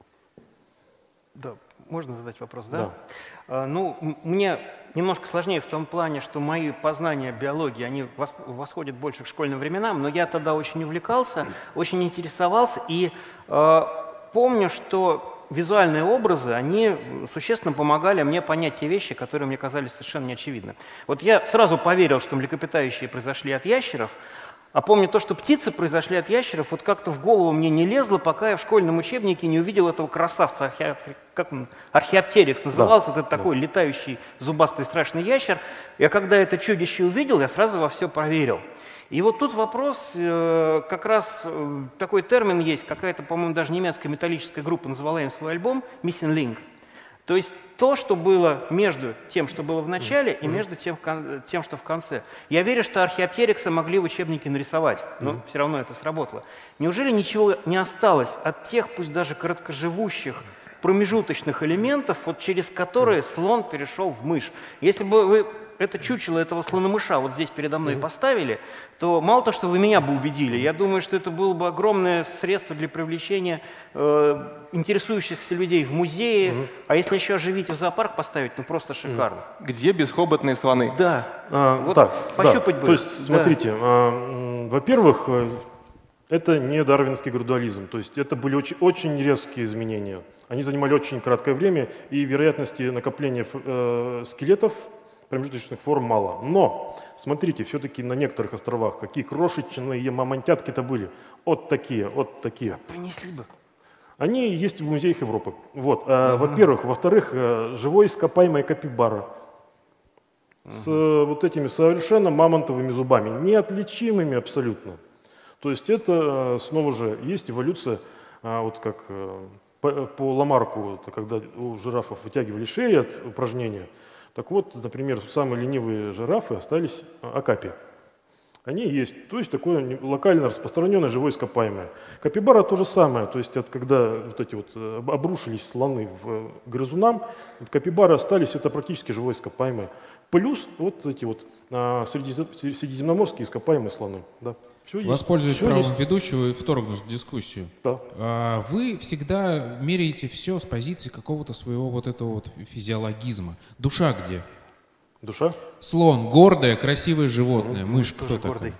Да, можно задать вопрос, да? Да. Ну, мне немножко сложнее в том плане, что мои познания биологии, они восходят больше к школьным временам, но я тогда очень увлекался, очень интересовался и помню, что визуальные образы, они существенно помогали мне понять те вещи, которые мне казались совершенно неочевидны. Вот я сразу поверил, что млекопитающие произошли от ящеров, а помню то, что птицы произошли от ящеров, вот как-то в голову мне не лезло, пока я в школьном учебнике не увидел этого красавца, как он, археоптерикс назывался, да, этот такой летающий зубастый страшный ящер. Я когда это чудище увидел, я сразу во все проверил. И вот тут вопрос, как раз такой термин есть, какая-то, по-моему, даже немецкая металлическая группа назвала им свой альбом «Missing Link». То есть то, что было между тем, что было в начале, и между тем, что в конце. Я верю, что археоптерикса могли в учебнике нарисовать, но все равно это сработало. Неужели ничего не осталось от тех, пусть даже короткоживущих, промежуточных элементов, вот через которые слон перешел в мышь? Если бы вы это чучело этого слономыша вот здесь передо мной поставили, то мало того, что вы меня бы убедили, я думаю, что это было бы огромное средство для привлечения интересующихся людей в музее, а если еще оживить в зоопарк поставить, ну просто шикарно.
Где бесхоботные слоны?
Да, вот так, пощупать бы.
То есть, смотрите, во-первых, это не дарвинский градуализм, то есть это были очень резкие изменения. Они занимали очень краткое время, и вероятности накопления скелетов промежуточных форм мало. Но, смотрите, все-таки на некоторых островах какие крошечные мамонтятки-то были. Вот такие, вот такие.
Принесли бы.
Они есть в музеях Европы. Вот. Во-первых. Во-вторых, живой ископаемый капибара с вот этими совершенно мамонтовыми зубами, неотличимыми абсолютно. То есть это снова же есть эволюция, вот как по Ламарку, это когда у жирафов вытягивали шеи от упражнения. Так вот, например, самые ленивые жирафы остались акапи. Они есть, то есть такое локально распространенное живое ископаемое. Капибара то же самое, то есть когда вот эти вот обрушились слоны в грызунам, капибары остались, это практически живое ископаемое. Плюс вот эти вот средиземноморские ископаемые слоны. Да.
Воспользуюсь правом ведущего и вторгнусь в дискуссию.
Да.
Вы всегда меряете все с позиции какого-то своего вот этого вот физиологизма. Душа где?
Душа?
Слон, гордое, красивое животное. Мышь кто такой?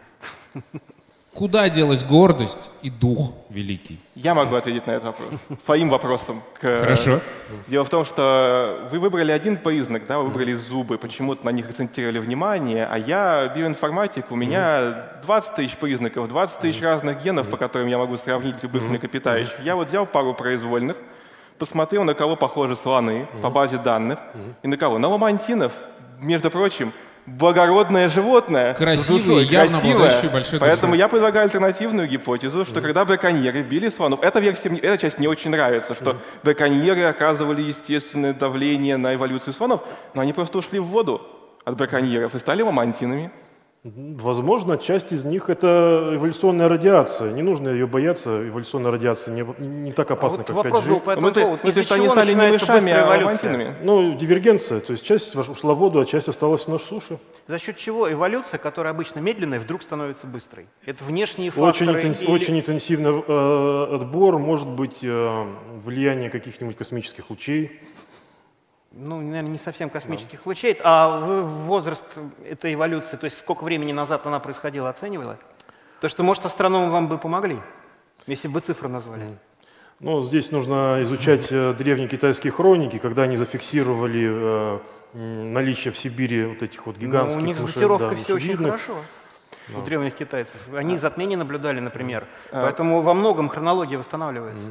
Куда делась гордость и дух великий?
Я могу ответить на этот вопрос своим вопросом.
Хорошо.
Дело в том, что вы выбрали один признак, да, вы выбрали зубы, почему-то на них акцентировали внимание, а я биоинформатик, у меня 20 тысяч признаков, 20 тысяч разных генов, по которым я могу сравнить любых млекопитающих. Я вот взял пару произвольных, посмотрел, на кого похожи слоны по базе данных, и на кого? На ламантинов, между прочим. Благородное животное,
красивое, явно обладающее большой душой.
Поэтому я предлагаю альтернативную гипотезу, что когда браконьеры били слонов, эта часть мне очень нравится, что браконьеры оказывали естественное давление на эволюцию слонов, но они просто ушли в воду от браконьеров и стали ламантинами.
Возможно, часть из них это эволюционная радиация. Не нужно ее бояться, эволюционная радиация не так опасна, как 5G.
Вопрос был по этому поводу.
Если что они стали не мышами, а ламантинами.
Ну, дивергенция, то есть часть ушла в воду, а часть осталась на суше.
За счет чего эволюция, которая обычно медленная, вдруг становится быстрой? Это внешние факторы?
Очень интенсивный отбор, может быть, влияние каких-нибудь космических лучей.
Ну, наверное, не совсем космических лучей. А вы возраст этой эволюции, то есть сколько времени назад она происходила, оценивали? То, что, может, астрономы вам бы помогли, если бы вы цифры назвали.
Ну, здесь нужно изучать древние китайские хроники, когда они зафиксировали наличие в Сибири вот этих вот гигантских
мышей. У них с датировкой все очень хорошо. У древних китайцев. Они затмения наблюдали, например. Поэтому во многом хронология восстанавливается.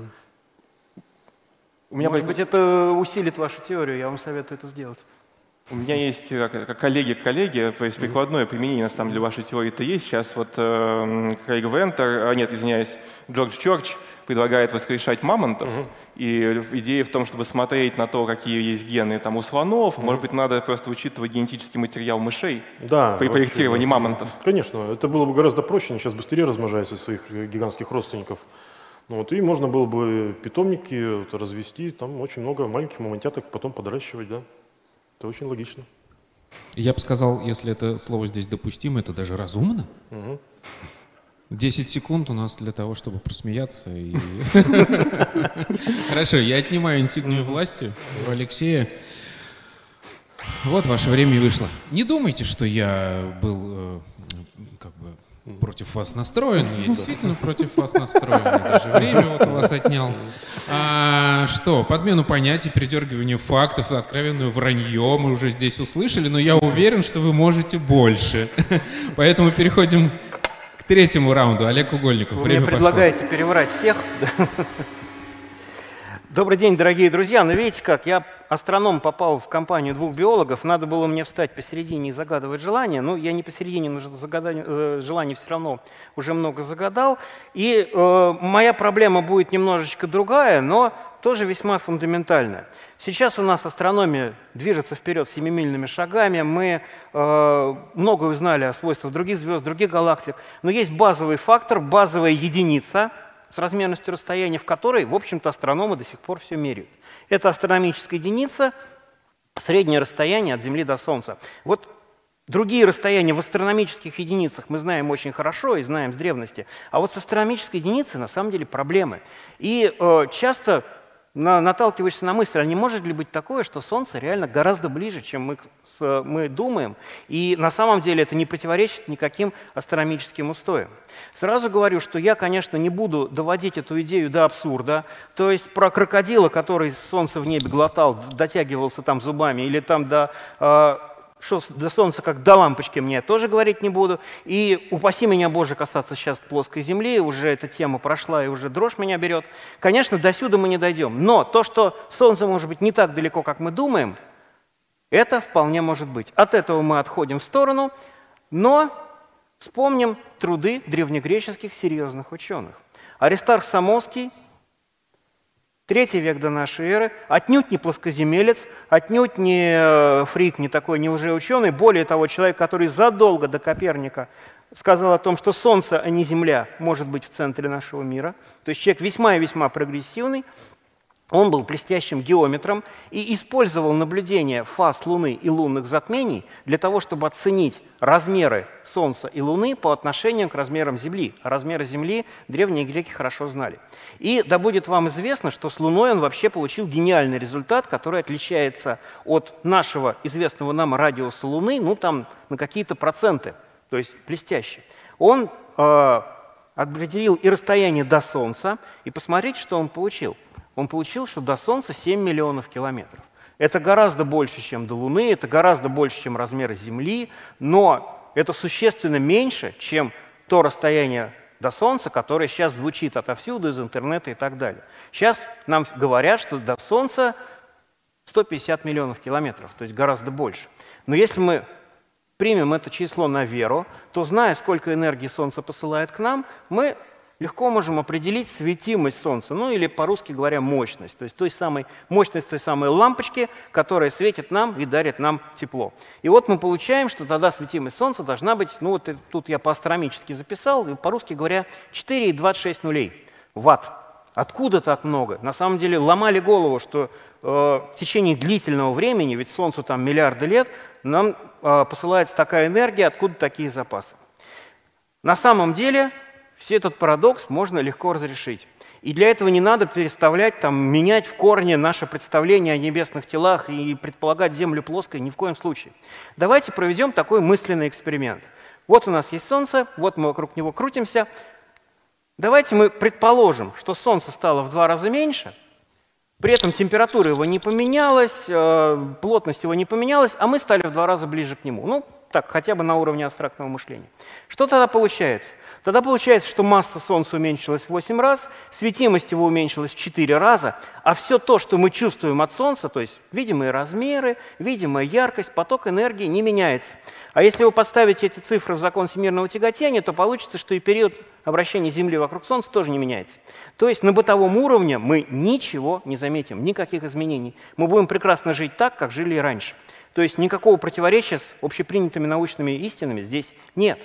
Может быть, это усилит вашу теорию, я вам советую это сделать.
У меня есть коллеги, то есть прикладное применение, на самом деле, вашей теории-то есть. Сейчас вот Крейг Вентер, Джордж Чёрч предлагает воскрешать мамонтов. И идея в том, чтобы смотреть на то, какие есть гены там у слонов, может быть, надо просто учитывать генетический материал мышей при проектировании мамонтов.
Конечно, это было бы гораздо проще, они сейчас быстрее размножаются своих гигантских родственников. Вот, и можно было бы питомники развести, там очень много маленьких мамонтяток потом подращивать, да. Это очень логично.
Я бы сказал, если это слово здесь допустимо, это даже разумно. 10 секунд у нас для того, чтобы просмеяться. Хорошо, я отнимаю инсигнию власти у Алексея. Вот ваше время и вышло. Не думайте, что я был против вас настроен. Я действительно против вас настроен. Я даже время вот у вас отнял. Что? Подмену понятий, передергивание фактов, откровенное вранье мы уже здесь услышали, но я уверен, что вы можете больше. Поэтому переходим к третьему раунду. Олег Угольников.
Вы мне предлагаете переврать всех? Добрый день, дорогие друзья. Ну, видите как, я, астроном, попал в компанию двух биологов, надо было мне встать посередине и загадывать желание. Ну, я не посередине, но желание все равно уже много загадал. И моя проблема будет немножечко другая, но тоже весьма фундаментальная. Сейчас у нас астрономия движется вперед семимильными шагами, мы многое узнали о свойствах других звезд, других галактик, но есть базовый фактор, базовая единица с размерностью расстояния, в которой, в общем-то, астрономы до сих пор все меряют. Это астрономическая единица, среднее расстояние от Земли до Солнца. Вот другие расстояния в астрономических единицах мы знаем очень хорошо и знаем с древности, а вот с астрономической единицей на самом деле проблемы. И часто наталкиваешься на мысль, а не может ли быть такое, что Солнце реально гораздо ближе, чем мы думаем, и на самом деле это не противоречит никаким астрономическим устоям. Сразу говорю, что я, конечно, не буду доводить эту идею до абсурда, то есть про крокодила, который Солнце в небе глотал, дотягивался там зубами, или там до что до Солнца как до лампочки мне я тоже говорить не буду. И упаси меня, Боже, касаться сейчас плоской Земли, уже эта тема прошла, и уже дрожь меня берет. Конечно, до сюда мы не дойдем. Но то, что Солнце может быть не так далеко, как мы думаем, это вполне может быть. От этого мы отходим в сторону, но вспомним труды древнегреческих серьезных ученых. Аристарх Самоский, 3 век до нашей эры, отнюдь не плоскоземелец, отнюдь не фрик, не такой не лжеученый, более того, человек, который задолго до Коперника сказал о том, что Солнце, а не Земля, может быть в центре нашего мира. То есть человек весьма и весьма прогрессивный. Он был блестящим геометром и использовал наблюдение фаз Луны и лунных затмений для того, чтобы оценить размеры Солнца и Луны по отношению к размерам Земли. А размеры Земли древние греки хорошо знали. И да будет вам известно, что с Луной он вообще получил гениальный результат, который отличается от нашего известного нам радиуса Луны, ну там на какие-то проценты, то есть блестяще. Он определил и расстояние до Солнца, и посмотрите, что он получил. Он получил, что до Солнца 7 миллионов километров. Это гораздо больше, чем до Луны, это гораздо больше, чем размеры Земли, но это существенно меньше, чем то расстояние до Солнца, которое сейчас звучит отовсюду, из интернета и так далее. Сейчас нам говорят, что до Солнца 150 миллионов километров, то есть гораздо больше. Но если мы примем это число на веру, то, зная, сколько энергии Солнце посылает к нам, мы легко можем определить светимость Солнца, ну или, по-русски говоря, мощность, то есть мощность той самой лампочки, которая светит нам и дарит нам тепло. И вот мы получаем, что тогда светимость Солнца должна быть, ну вот тут я по-астрономически записал, по-русски говоря, 4,26 ватт. Откуда так много? На самом деле ломали голову, что в течение длительного времени, ведь Солнцу там миллиарды лет, нам посылается такая энергия, откуда такие запасы. На самом деле все этот парадокс можно легко разрешить. И для этого не надо переставлять, менять в корне наше представление о небесных телах и предполагать Землю плоской ни в коем случае. Давайте проведем такой мысленный эксперимент. Вот у нас есть Солнце, вот мы вокруг него крутимся. Давайте мы предположим, что Солнце стало в 2 раза меньше, при этом температура его не поменялась, плотность его не поменялась, а мы стали в 2 раза ближе к нему. Ну, так, хотя бы на уровне абстрактного мышления. Что тогда получается? Тогда получается, что масса Солнца уменьшилась в 8 раз, светимость его уменьшилась в 4 раза, а все то, что мы чувствуем от Солнца, то есть видимые размеры, видимая яркость, поток энергии не меняется. А если вы подставите эти цифры в закон всемирного тяготения, то получится, что и период обращения Земли вокруг Солнца тоже не меняется. То есть на бытовом уровне мы ничего не заметим, никаких изменений. Мы будем прекрасно жить так, как жили и раньше. То есть никакого противоречия с общепринятыми научными истинами здесь нет.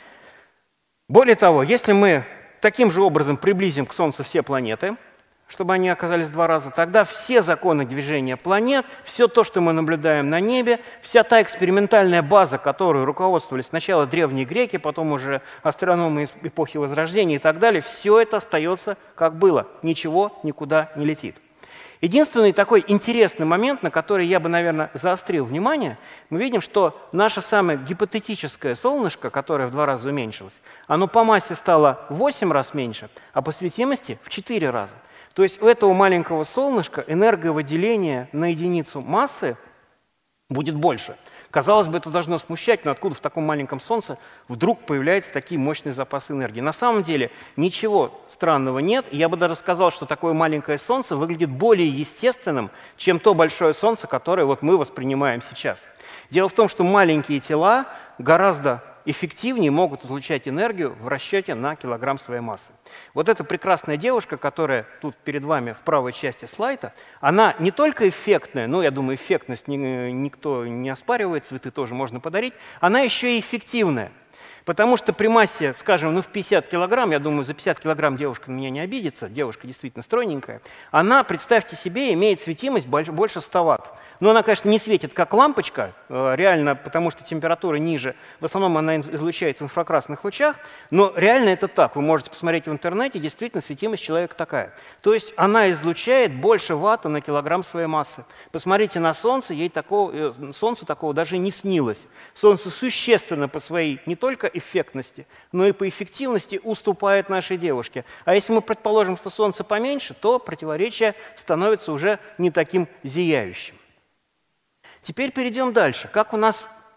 Более того, если мы таким же образом приблизим к Солнцу все планеты, чтобы они оказались в 2 раза, тогда все законы движения планет, все то, что мы наблюдаем на небе, вся та экспериментальная база, которой руководствовались сначала древние греки, потом уже астрономы из эпохи Возрождения и так далее, все это остается как было, ничего никуда не летит. Единственный такой интересный момент, на который я бы, наверное, заострил внимание, мы видим, что наше самое гипотетическое солнышко, которое в 2 раза уменьшилось, оно по массе стало в 8 раз меньше, а по светимости в 4 раза. То есть у этого маленького солнышка энерговыделение на единицу массы будет больше. Казалось бы, это должно смущать, но откуда в таком маленьком Солнце вдруг появляются такие мощные запасы энергии? На самом деле ничего странного нет. И я бы даже сказал, что такое маленькое Солнце выглядит более естественным, чем то большое Солнце, которое вот мы воспринимаем сейчас. Дело в том, что маленькие тела гораздо эффективнее могут излучать энергию в расчете на килограмм своей массы. Вот эта прекрасная девушка, которая тут перед вами в правой части слайда, она не только эффектная, ну, я думаю, эффектность никто не оспаривает, цветы тоже можно подарить, она еще и эффективная. Потому что при массе, скажем, в 50 килограмм, я думаю, за 50 килограмм девушка на меня не обидится, девушка действительно стройненькая, она, представьте себе, имеет светимость больше 100 ватт. Но она, конечно, не светит как лампочка, реально, потому что температура ниже, в основном она излучает в инфракрасных лучах, но реально это так. Вы можете посмотреть в интернете, действительно светимость человека такая. То есть она излучает больше ватта на килограмм своей массы. Посмотрите на Солнце, Солнцу такого даже не снилось. Солнце существенно по своей не только эффектности, но и по эффективности уступает нашей девушке. А если мы предположим, что Солнце поменьше, то противоречие становится уже не таким зияющим. Теперь перейдем дальше. Как у нас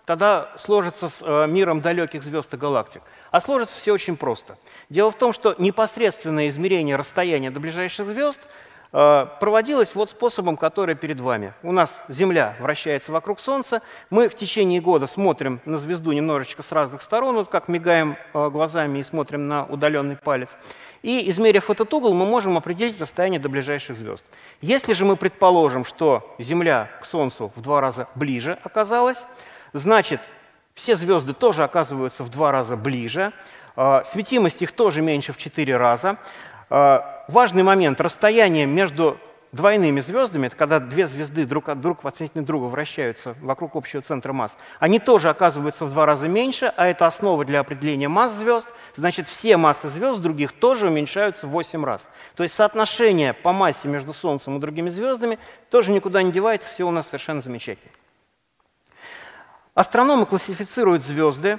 тогда сложится с миром далеких звезд и галактик? А сложится все очень просто. Дело в том, что непосредственное измерение расстояния до ближайших звезд проводилось вот способом, который перед вами. У нас Земля вращается вокруг Солнца, мы в течение года смотрим на звезду немножечко с разных сторон, вот как мигаем глазами и смотрим на удаленный палец. И, измерив этот угол, мы можем определить расстояние до ближайших звезд. Если же мы предположим, что Земля к Солнцу в 2 раза ближе оказалась, значит, все звезды тоже оказываются в 2 раза ближе, светимость их тоже меньше в 4 раза. Важный момент – расстояние между двойными звездами, это когда 2 звезды друг относительно друга вращаются вокруг общего центра масс, они тоже оказываются в 2 раза меньше, а это основа для определения масс звезд, значит, все массы звезд других тоже уменьшаются в 8 раз. То есть соотношение по массе между Солнцем и другими звездами тоже никуда не девается, все у нас совершенно замечательно. Астрономы классифицируют звезды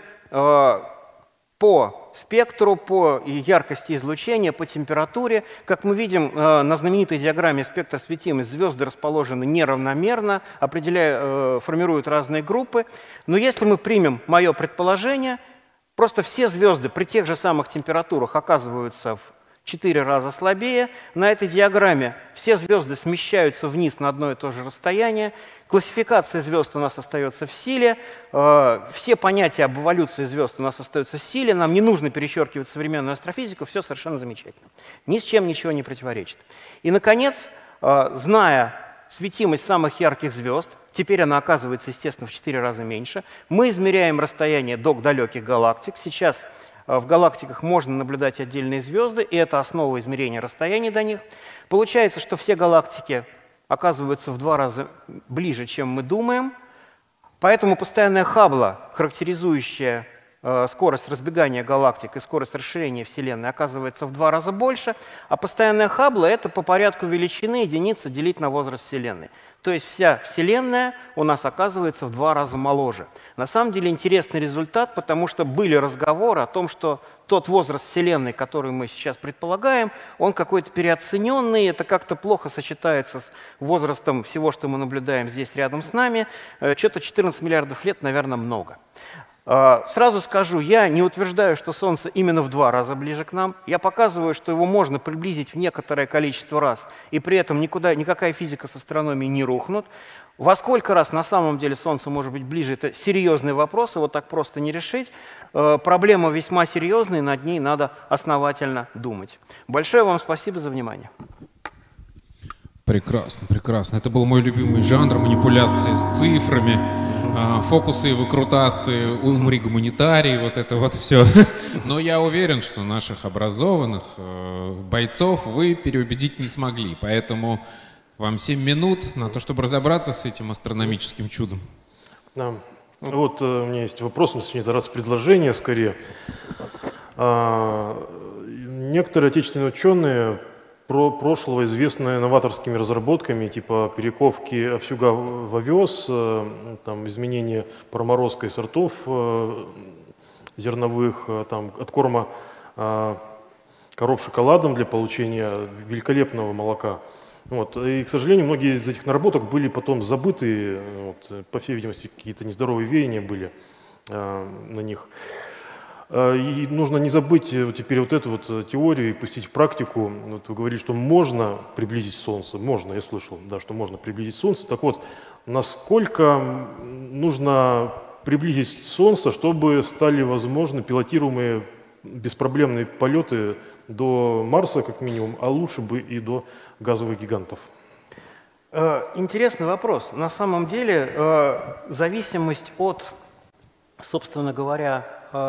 по спектру, по яркости излучения, по температуре. Как мы видим на знаменитой диаграмме спектра светимости, звезды расположены неравномерно, формируют разные группы. Но если мы примем мое предположение, просто все звезды при тех же самых температурах оказываются в 4 раза слабее. На этой диаграмме все звезды смещаются вниз на одно и то же расстояние. Классификация звезд у нас остается в силе. Все понятия об эволюции звезд у нас остаются в силе. Нам не нужно перечеркивать современную астрофизику. Все совершенно замечательно. Ни с чем ничего не противоречит. И, наконец, зная светимость самых ярких звезд, теперь она оказывается, естественно, в 4 раза меньше, мы измеряем расстояние до далеких галактик. Сейчас в галактиках можно наблюдать отдельные звезды, и это основа измерения расстояний до них. Получается, что все галактики оказываются в 2 раза ближе, чем мы думаем. Поэтому постоянная Хаббла, характеризующая скорость разбегания галактик и скорость расширения Вселенной, оказывается в 2 раза больше, а постоянная Хаббла — это по порядку величины единица делить на возраст Вселенной. То есть вся Вселенная у нас оказывается в 2 раза моложе. На самом деле интересный результат, потому что были разговоры о том, что тот возраст Вселенной, который мы сейчас предполагаем, он какой-то переоцененный, это как-то плохо сочетается с возрастом всего, что мы наблюдаем здесь рядом с нами. Что-то 14 миллиардов лет, наверное, много. Сразу скажу, я не утверждаю, что Солнце именно в 2 раза ближе к нам. Я показываю, что его можно приблизить в некоторое количество раз, и при этом никакая физика с астрономией не рухнут. Во сколько раз на самом деле Солнце может быть ближе, это серьезный вопрос, его так просто не решить. Проблема весьма серьезная, и над ней надо основательно думать. Большое вам спасибо за внимание.
Прекрасно, прекрасно. Это был мой любимый жанр — манипуляции с цифрами, фокусы и выкрутасы, умри гуманитарий, вот это вот все. Но я уверен, что наших образованных бойцов вы переубедить не смогли. Поэтому вам 7 минут на то, чтобы разобраться с этим астрономическим чудом.
Да. Вот у меня есть вопрос, точнее, это раз предложение скорее. Некоторые отечественные ученые прошлого известны новаторскими разработками типа перековки овсюга в овес, там, изменения проморозкой сортов зерновых, там, от корма коров шоколадом для получения великолепного молока. Вот. И, к сожалению, многие из этих наработок были потом забыты, вот, по всей видимости, какие-то нездоровые веяния были на них. И нужно не забыть теперь вот эту вот теорию и пустить в практику. Вот вы говорили, что можно приблизить Солнце. Можно, я слышал, да, что можно приблизить Солнце. Так вот, насколько нужно приблизить Солнце, чтобы стали возможны пилотируемые беспроблемные полеты до Марса, как минимум, а лучше бы и до газовых гигантов?
Интересный вопрос. На самом деле зависимость от, собственно говоря,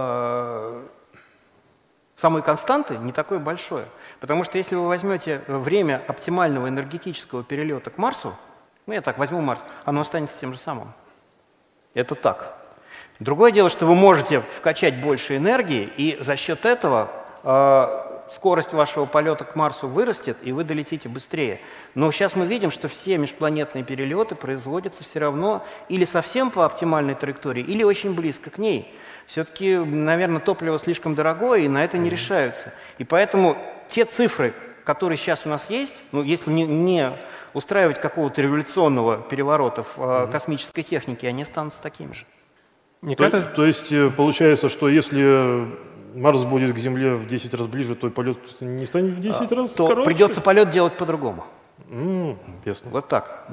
самой константы не такое большое. Потому что если вы возьмете время оптимального энергетического перелета к Марсу, ну я так возьму Марс, оно останется тем же самым. Это так. Другое дело, что вы можете вкачать больше энергии, и за счет этого скорость вашего полета к Марсу вырастет, и вы долетите быстрее. Но сейчас мы видим, что все межпланетные перелеты производятся все равно или совсем по оптимальной траектории, или очень близко к ней. Все-таки, наверное, топливо слишком дорогое, и на это не решаются. И поэтому те цифры, которые сейчас у нас есть, ну, если не устраивать какого-то революционного переворота в космической технике, они останутся такими же.
То есть получается, что если Марс будет к Земле в 10 раз ближе, то полет не станет в 10 раз
то
короче?
придется полет делать по-другому.
Ясно.
Вот так.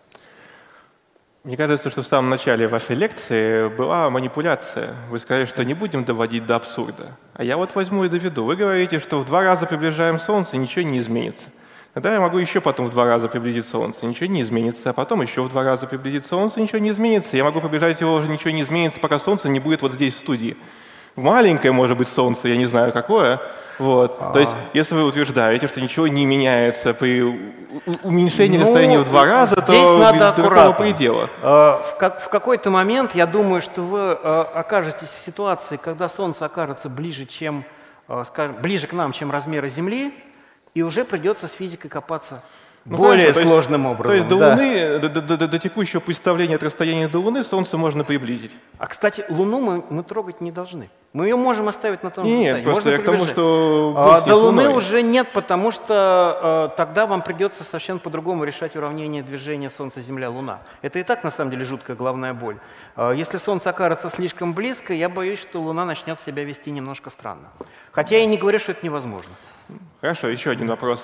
Мне кажется, что в самом начале вашей лекции была манипуляция. Вы сказали, что не будем доводить до абсурда. А я вот возьму и доведу. Вы говорите, что в 2 раза приближаем Солнце, ничего не изменится. Тогда я могу еще потом в 2 раза приблизить Солнце, ничего не изменится. А потом еще в 2 раза приблизить Солнце, ничего не изменится. Я могу приближать его, уже ничего не изменится, пока Солнце не будет вот здесь в студии. Маленькое может быть Солнце, я не знаю какое. Вот. То есть, если вы утверждаете, что ничего не меняется при уменьшении расстояния в 2 раза, то
надо аккуратно.
предела.
В какой-то момент, я думаю, что вы окажетесь в ситуации, когда Солнце окажется ближе, скажем, ближе к нам, чем размеры Земли, и уже придется с физикой копаться более сложным образом.
То есть до Луны, до текущего представления от расстояния до Луны Солнце можно приблизить.
А, кстати, Луну мы трогать не должны. Мы ее можем оставить на том же
Нет,
состоянии.
просто я к тому, что
до Луны уже нет, потому что тогда вам придется совершенно по-другому решать уравнение движения Солнце-Земля-Луна. Это и так, на самом деле, жуткая головная боль. Если Солнце окажется слишком близко, я боюсь, что Луна начнет себя вести немножко странно. Хотя я не говорю, что это невозможно.
Хорошо, еще один вопрос.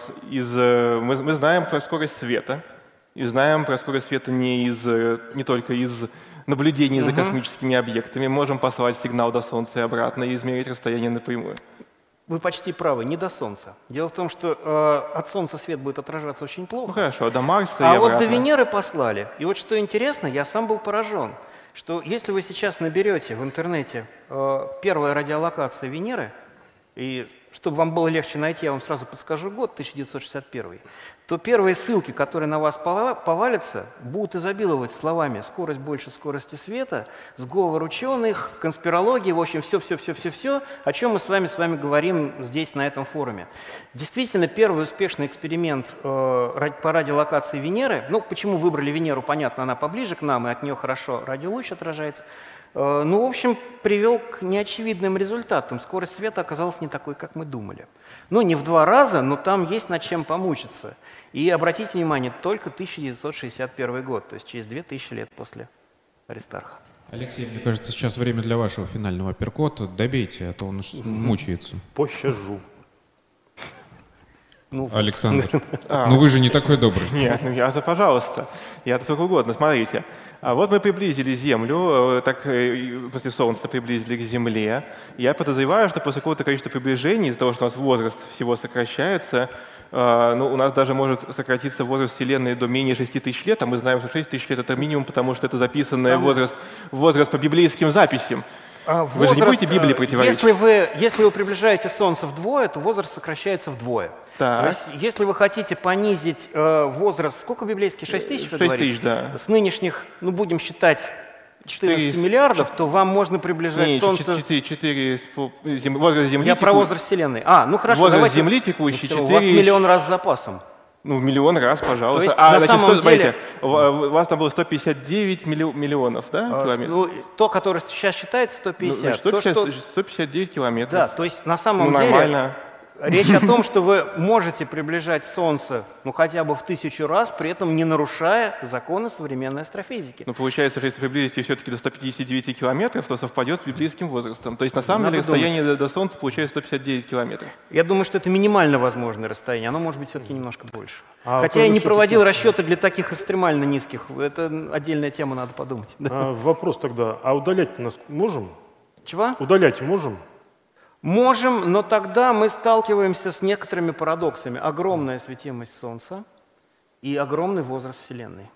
Мы знаем про скорость света, и знаем про скорость света не только из наблюдений за космическими объектами. Можем послать сигнал до Солнца и обратно и измерить расстояние напрямую.
Вы почти правы, не до Солнца. Дело в том, что от Солнца свет будет отражаться очень плохо.
Ну хорошо, до Марса и обратно.
А вот до Венеры послали. И вот что интересно, я сам был поражен, что если вы сейчас наберете в интернете первая радиолокация Венеры, и чтобы вам было легче найти, я вам сразу подскажу год, 1961, то первые ссылки, которые на вас повалятся, будут изобиловать словами «скорость больше скорости света», «сговор ученых», «конспирология», в общем, все, о чем мы с вами говорим здесь, на этом форуме. Действительно, первый успешный эксперимент по радиолокации Венеры, почему выбрали Венеру, понятно, она поближе к нам, и от нее хорошо радиолуч отражается, в общем, привел к неочевидным результатам. Скорость света оказалась не такой, как мы думали. Не в 2 раза, но там есть над чем помучиться. И обратите внимание, только 1961 год, то есть через 2000 лет после Аристарха.
Алексей, мне кажется, сейчас время для вашего финального апперкота. Добейте, а то он мучается.
Пощажу.
Александр, вы же не такой добрый.
Нет, я-то, пожалуйста, я-то сколько угодно, смотрите. А вот мы приблизили Землю, после Солнца приблизили к Земле. Я подозреваю, что после какого-то количества приближений, из-за того, что у нас возраст всего сокращается, у нас даже может сократиться возраст Вселенной до менее 6 тысяч лет, а мы знаем, что 6 тысяч лет — это минимум, потому что это записанный возраст по библейским записям. Вы же не будете Библии противоречить?
Если вы приближаете Солнце вдвое, то возраст сокращается вдвое. То есть, если вы хотите понизить возраст, сколько библейский, 6 тысяч, вы говорите?
6 тысяч, да.
С нынешних, будем считать, 14 миллиардов, то вам можно приближать Солнце...
4 возраст Земли.
Я про возраст Вселенной. Хорошо,
возраст
давайте...
Земли текущий 4...
У вас миллион раз с запасом.
В миллион раз, пожалуйста.
То есть, на самом деле...
у вас там было 159 миллионов, да, километров?
То, которое сейчас считается 150.
159 километров.
Да, то есть на самом деле...
Нормально.
Речь о том, что вы можете приближать Солнце хотя бы в 1000 раз, при этом не нарушая законы современной астрофизики.
Получается, что если приблизить все-таки до 159 километров, то совпадет с библейским возрастом. То есть на самом деле расстояние до Солнца получается 159 километров.
Я думаю, что это минимально возможное расстояние. Оно может быть все-таки немножко больше. Хотя я не проводил расчеты для таких экстремально низких. Это отдельная тема, надо подумать.
Вопрос тогда. А удалять-то нас можем?
Чего?
Удалять можем?
Можем, но тогда мы сталкиваемся с некоторыми парадоксами. Огромная светимость Солнца и огромный возраст Вселенной.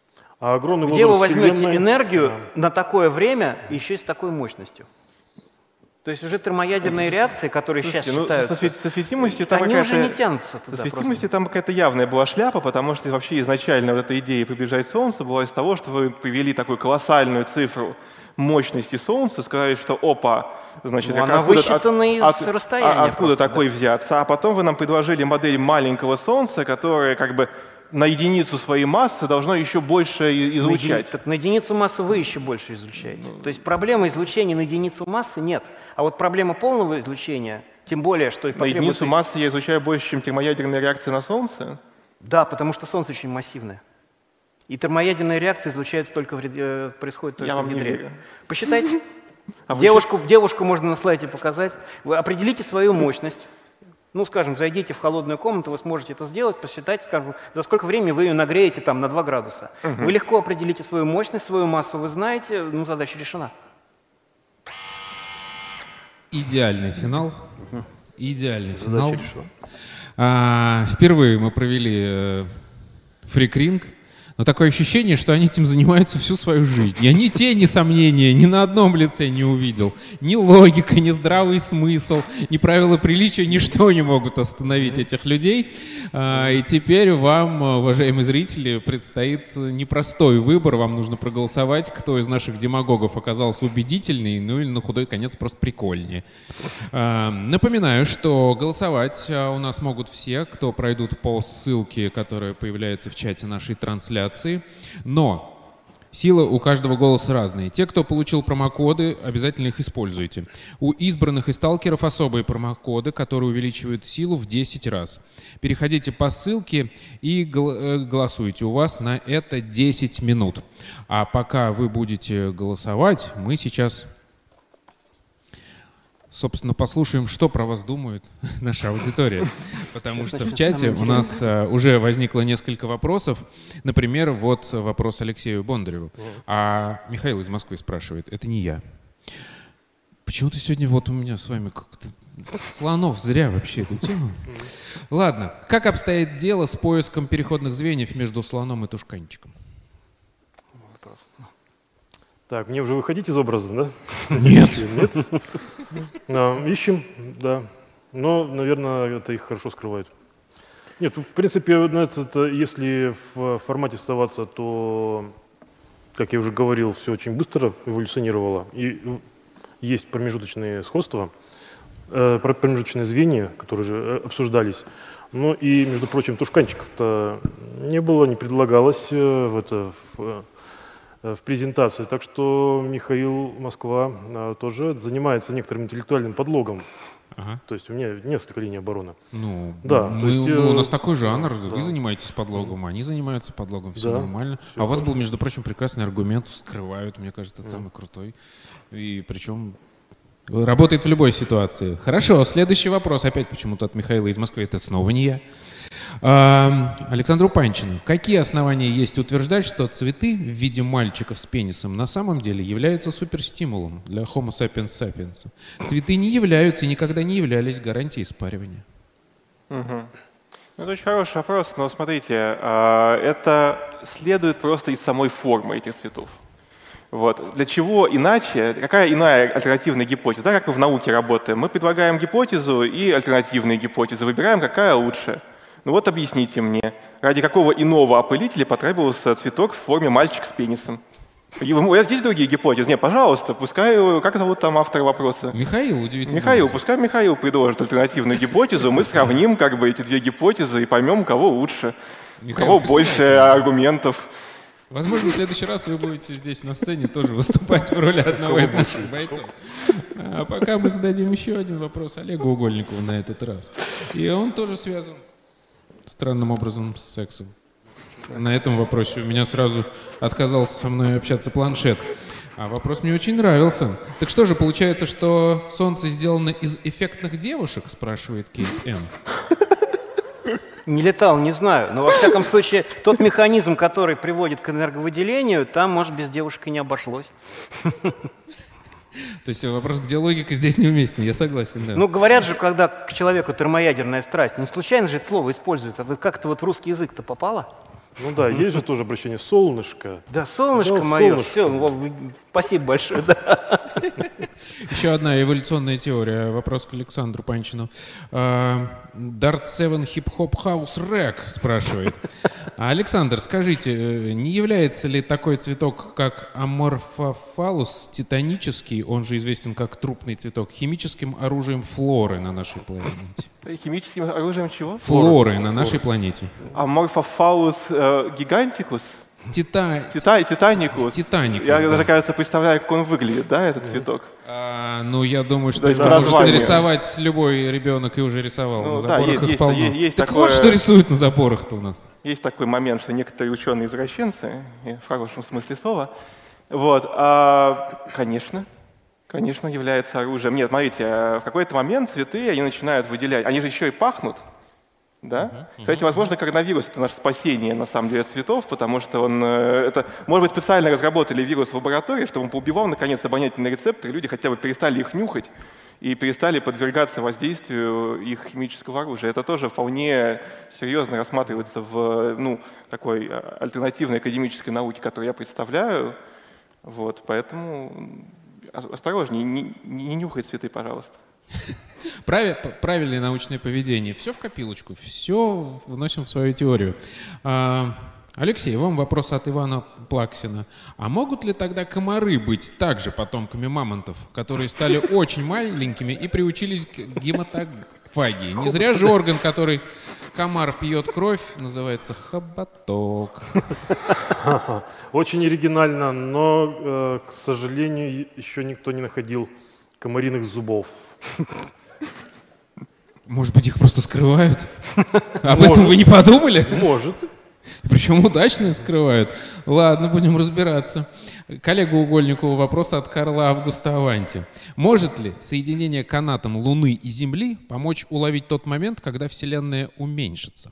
Где вы возьмете энергию на такое время еще и с такой мощностью? То есть уже термоядерные реакции, которые сейчас считаются,
со светимостью там
они уже не тянутся туда.
Со светимостью там какая-то явная была шляпа, потому что вообще изначально вот эта идея приближать Солнце была из того, что вы привели такую колоссальную цифру мощности Солнца, сказали, что значит,
она высчитана из расстояния.
Откуда такой взяться? А потом вы нам предложили модель маленького Солнца, которая на единицу своей массы должно еще больше излучать.
На единицу массы вы еще больше излучаете. То есть проблемы излучения на единицу массы нет. А вот проблема полного излучения, тем более, что...
На единицу массы я излучаю больше, чем термоядерные реакции на Солнце?
Да, потому что Солнце очень массивное. И термоядерная реакция излучается происходит только в ядре. Посчитайте. Девушку можно на слайде показать. Вы определите свою мощность. Ну, скажем, зайдите в холодную комнату, вы сможете это сделать, посчитать, скажем, за сколько времени вы ее нагреете там на 2 градуса. Вы легко определите свою мощность, свою массу, вы знаете, ну, задача решена.
Идеальный финал. Идеальный финал. Впервые мы провели фрик-ринг. Но такое ощущение, что они этим занимаются всю свою жизнь. Я ни тени сомнения ни на одном лице не увидел. Ни логика, ни здравый смысл, ни правила приличия, ничто не могут остановить этих людей. И теперь вам, уважаемые зрители, предстоит непростой выбор. Вам нужно проголосовать, кто из наших демагогов оказался убедительней, ну или на худой конец просто прикольнее. Напоминаю, что голосовать у нас могут все, кто пройдут по ссылке, которая появляется в чате нашей трансляции. Но сила у каждого голоса разная. Те, кто получил промокоды, обязательно их используйте. У избранных и сталкеров особые промокоды, которые увеличивают силу в 10 раз. Переходите по ссылке и голосуйте. У вас на это 10 минут. А пока вы будете голосовать, мы сейчас, собственно, послушаем, что про вас думает наша аудитория. Потому что в чате у нас уже возникло несколько вопросов. Например, вот вопрос Алексею Бондареву. А Михаил из Москвы спрашивает, это не я. Почему-то сегодня вот у меня с вами как-то слонов зря вообще эту тему. Ладно, как обстоит дело с поиском переходных звеньев между слоном и тушканчиком?
Так, мне уже выходить из образа, да?
Нет.
Нет? Да, ищем, да. Но, наверное, это их хорошо скрывает. Нет, в принципе, если в формате оставаться, то, как я уже говорил, все очень быстро эволюционировало. И есть промежуточные сходства, промежуточные звенья, которые же обсуждались. Но и, между прочим, тушканчиков-то не было, не предлагалось в презентации. Так что Михаил Москва тоже занимается некоторым интеллектуальным подлогом. Ага. То есть у меня несколько линий обороны.
Ну,
да,
у нас такой жанр. Да. Вы занимаетесь подлогом, они занимаются подлогом. Все нормально. Все у вас был, между прочим, прекрасный аргумент. Скрывают, мне кажется, самый крутой. И причем работает в любой ситуации. Хорошо, следующий вопрос. Опять почему-то от Михаила из Москвы. Это снова не я. Александру Панчину. Какие основания есть утверждать, что цветы в виде мальчиков с пенисом на самом деле являются суперстимулом для Homo sapiens sapiens? Цветы не являются и никогда не являлись гарантией спаривания.
Это очень хороший вопрос, но смотрите, это следует просто из самой формы этих цветов. Вот. Для чего иначе, какая иная альтернативная гипотеза? Да, как мы в науке работаем, мы предлагаем гипотезу и альтернативные гипотезы, выбираем, какая лучше. Ну вот объясните мне, ради какого иного опылителя потребовался цветок в форме мальчик с пенисом? Есть другие гипотезы? Не, пожалуйста, пускай, как зовут там автора вопроса?
Михаил, удивительно.
Пускай Михаил предложит альтернативную гипотезу, мы сравним как бы эти две гипотезы и поймем, кого лучше, у кого больше аргументов.
Возможно, в следующий раз вы будете здесь на сцене тоже выступать в роли одного из наших бойцов. А пока мы зададим еще один вопрос Олегу Угольникову на этот раз. И он тоже связан странным образом с сексом. На этом вопросе у меня сразу отказался со мной общаться планшет. А вопрос мне очень нравился. Так что же, получается, что Солнце сделано из эффектных девушек, спрашивает Кейт М.
Не летал, не знаю. Но, во всяком случае, тот механизм, который приводит к энерговыделению, там, может, без девушек и не обошлось.
То есть вопрос, где логика, здесь неуместен, я согласен, да.
Ну, говорят же, когда к человеку термоядерная страсть, не случайно же это слово используют, а как-то вот в русский язык-то попало?
Ну да, есть же тоже обращение «солнышко».
Да, солнышко мое, все, спасибо большое, да.
Еще одна эволюционная теория, вопрос к Александру Панчину. Dart 7 Hip Hop House Rack спрашивает. Александр, скажите, не является ли такой цветок, как Amorphophallus титанический, он же известен как трупный цветок, химическим оружием флоры на нашей планете?
Химическим оружием чего?
Флоры на нашей планете.
Amorphophallus giganticus?
Титаникус.
Я даже, кажется, представляю, как он выглядит, да, этот цветок?
Ну, я думаю, что
То есть
его может
название.
нарисовать любой ребенок и уже рисовал.
Ну,
на
да,
заборах их
есть
полно.
такое-
Так вот, что рисуют на заборах-то у нас.
Есть такой момент, что некоторые ученые-извращенцы, в хорошем смысле слова, вот, конечно, является оружием. Нет, смотрите, в какой-то момент цветы, они начинают выделять, они же еще и пахнут, да? Кстати, возможно, коронавирус — это наше спасение, на самом деле, от цветов, потому что может быть, специально разработали вирус в лаборатории, чтобы он поубивал, наконец, обонятельные рецепторы, люди хотя бы перестали их нюхать и перестали подвергаться воздействию их химического оружия. Это тоже вполне серьезно рассматривается в такой альтернативной академической науке, которую я представляю. Вот, поэтому осторожнее, не нюхай цветы, пожалуйста.
Правильное научное поведение. Все в копилочку, все вносим в свою теорию. Алексей, вам вопрос от Ивана Плаксина. А могут ли тогда комары быть также потомками мамонтов, которые стали очень маленькими и приучились к гематофагии? Не зря же орган, который комар пьет кровь, называется хоботок.
Очень оригинально, но, к сожалению, еще никто не находил комариных зубов.
Может быть, их просто скрывают? Об этом вы не подумали?
Может.
Причем удачно скрывают. Ладно, будем разбираться. Коллегу Угольникову вопрос от Карла Августа Аванти. Может ли соединение канатом Луны и Земли помочь уловить тот момент, когда Вселенная уменьшится?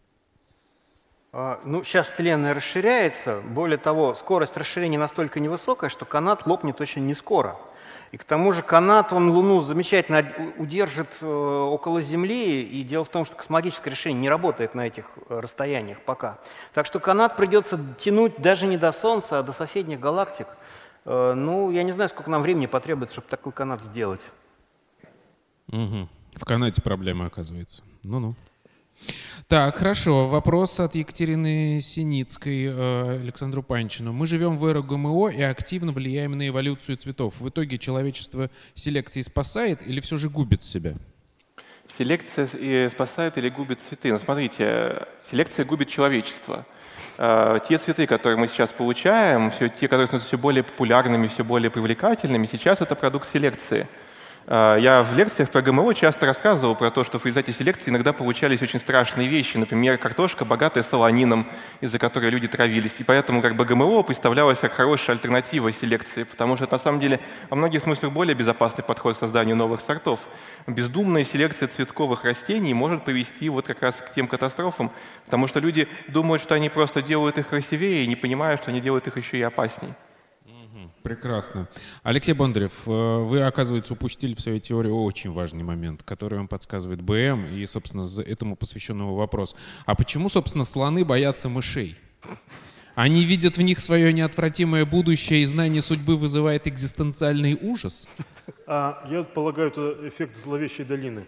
Сейчас Вселенная расширяется. Более того, скорость расширения настолько невысокая, что канат лопнет очень не скоро. И к тому же канат, он Луну замечательно удержит около Земли, и дело в том, что космологическое решение не работает на этих расстояниях пока. Так что канат придется тянуть даже не до Солнца, а до соседних галактик. Я не знаю, сколько нам времени потребуется, чтобы такой канат сделать.
Угу. В канате проблема, оказывается. Ну-ну. Так, хорошо. Вопрос от Екатерины Синицкой Александру Панчину. Мы живем в эру ГМО и активно влияем на эволюцию цветов. В итоге человечество селекции спасает или все же губит себя?
Селекция спасает или губит цветы? Ну, смотрите, селекция губит человечество. Те цветы, которые мы сейчас получаем, те, которые становятся все более популярными, все более привлекательными, сейчас это продукт селекции. Я в лекциях про ГМО часто рассказывал про то, что в результате селекции иногда получались очень страшные вещи. Например, картошка, богатая солонином, из-за которой люди травились. И поэтому ГМО представлялось как хорошая альтернатива селекции, потому что это на самом деле во многих смыслах более безопасный подход к созданию новых сортов. Бездумная селекция цветковых растений может привести вот как раз к тем катастрофам, потому что люди думают, что они просто делают их красивее, и не понимают, что они делают их еще и опаснее.
Прекрасно. Алексей Бондарев, вы, оказывается, упустили в своей теории очень важный момент, который вам подсказывает БМ, и, собственно, этому посвящен его вопрос. А почему, собственно, слоны боятся мышей? Они видят в них свое неотвратимое будущее, и знание судьбы вызывает экзистенциальный ужас?
Я полагаю, это эффект зловещей долины.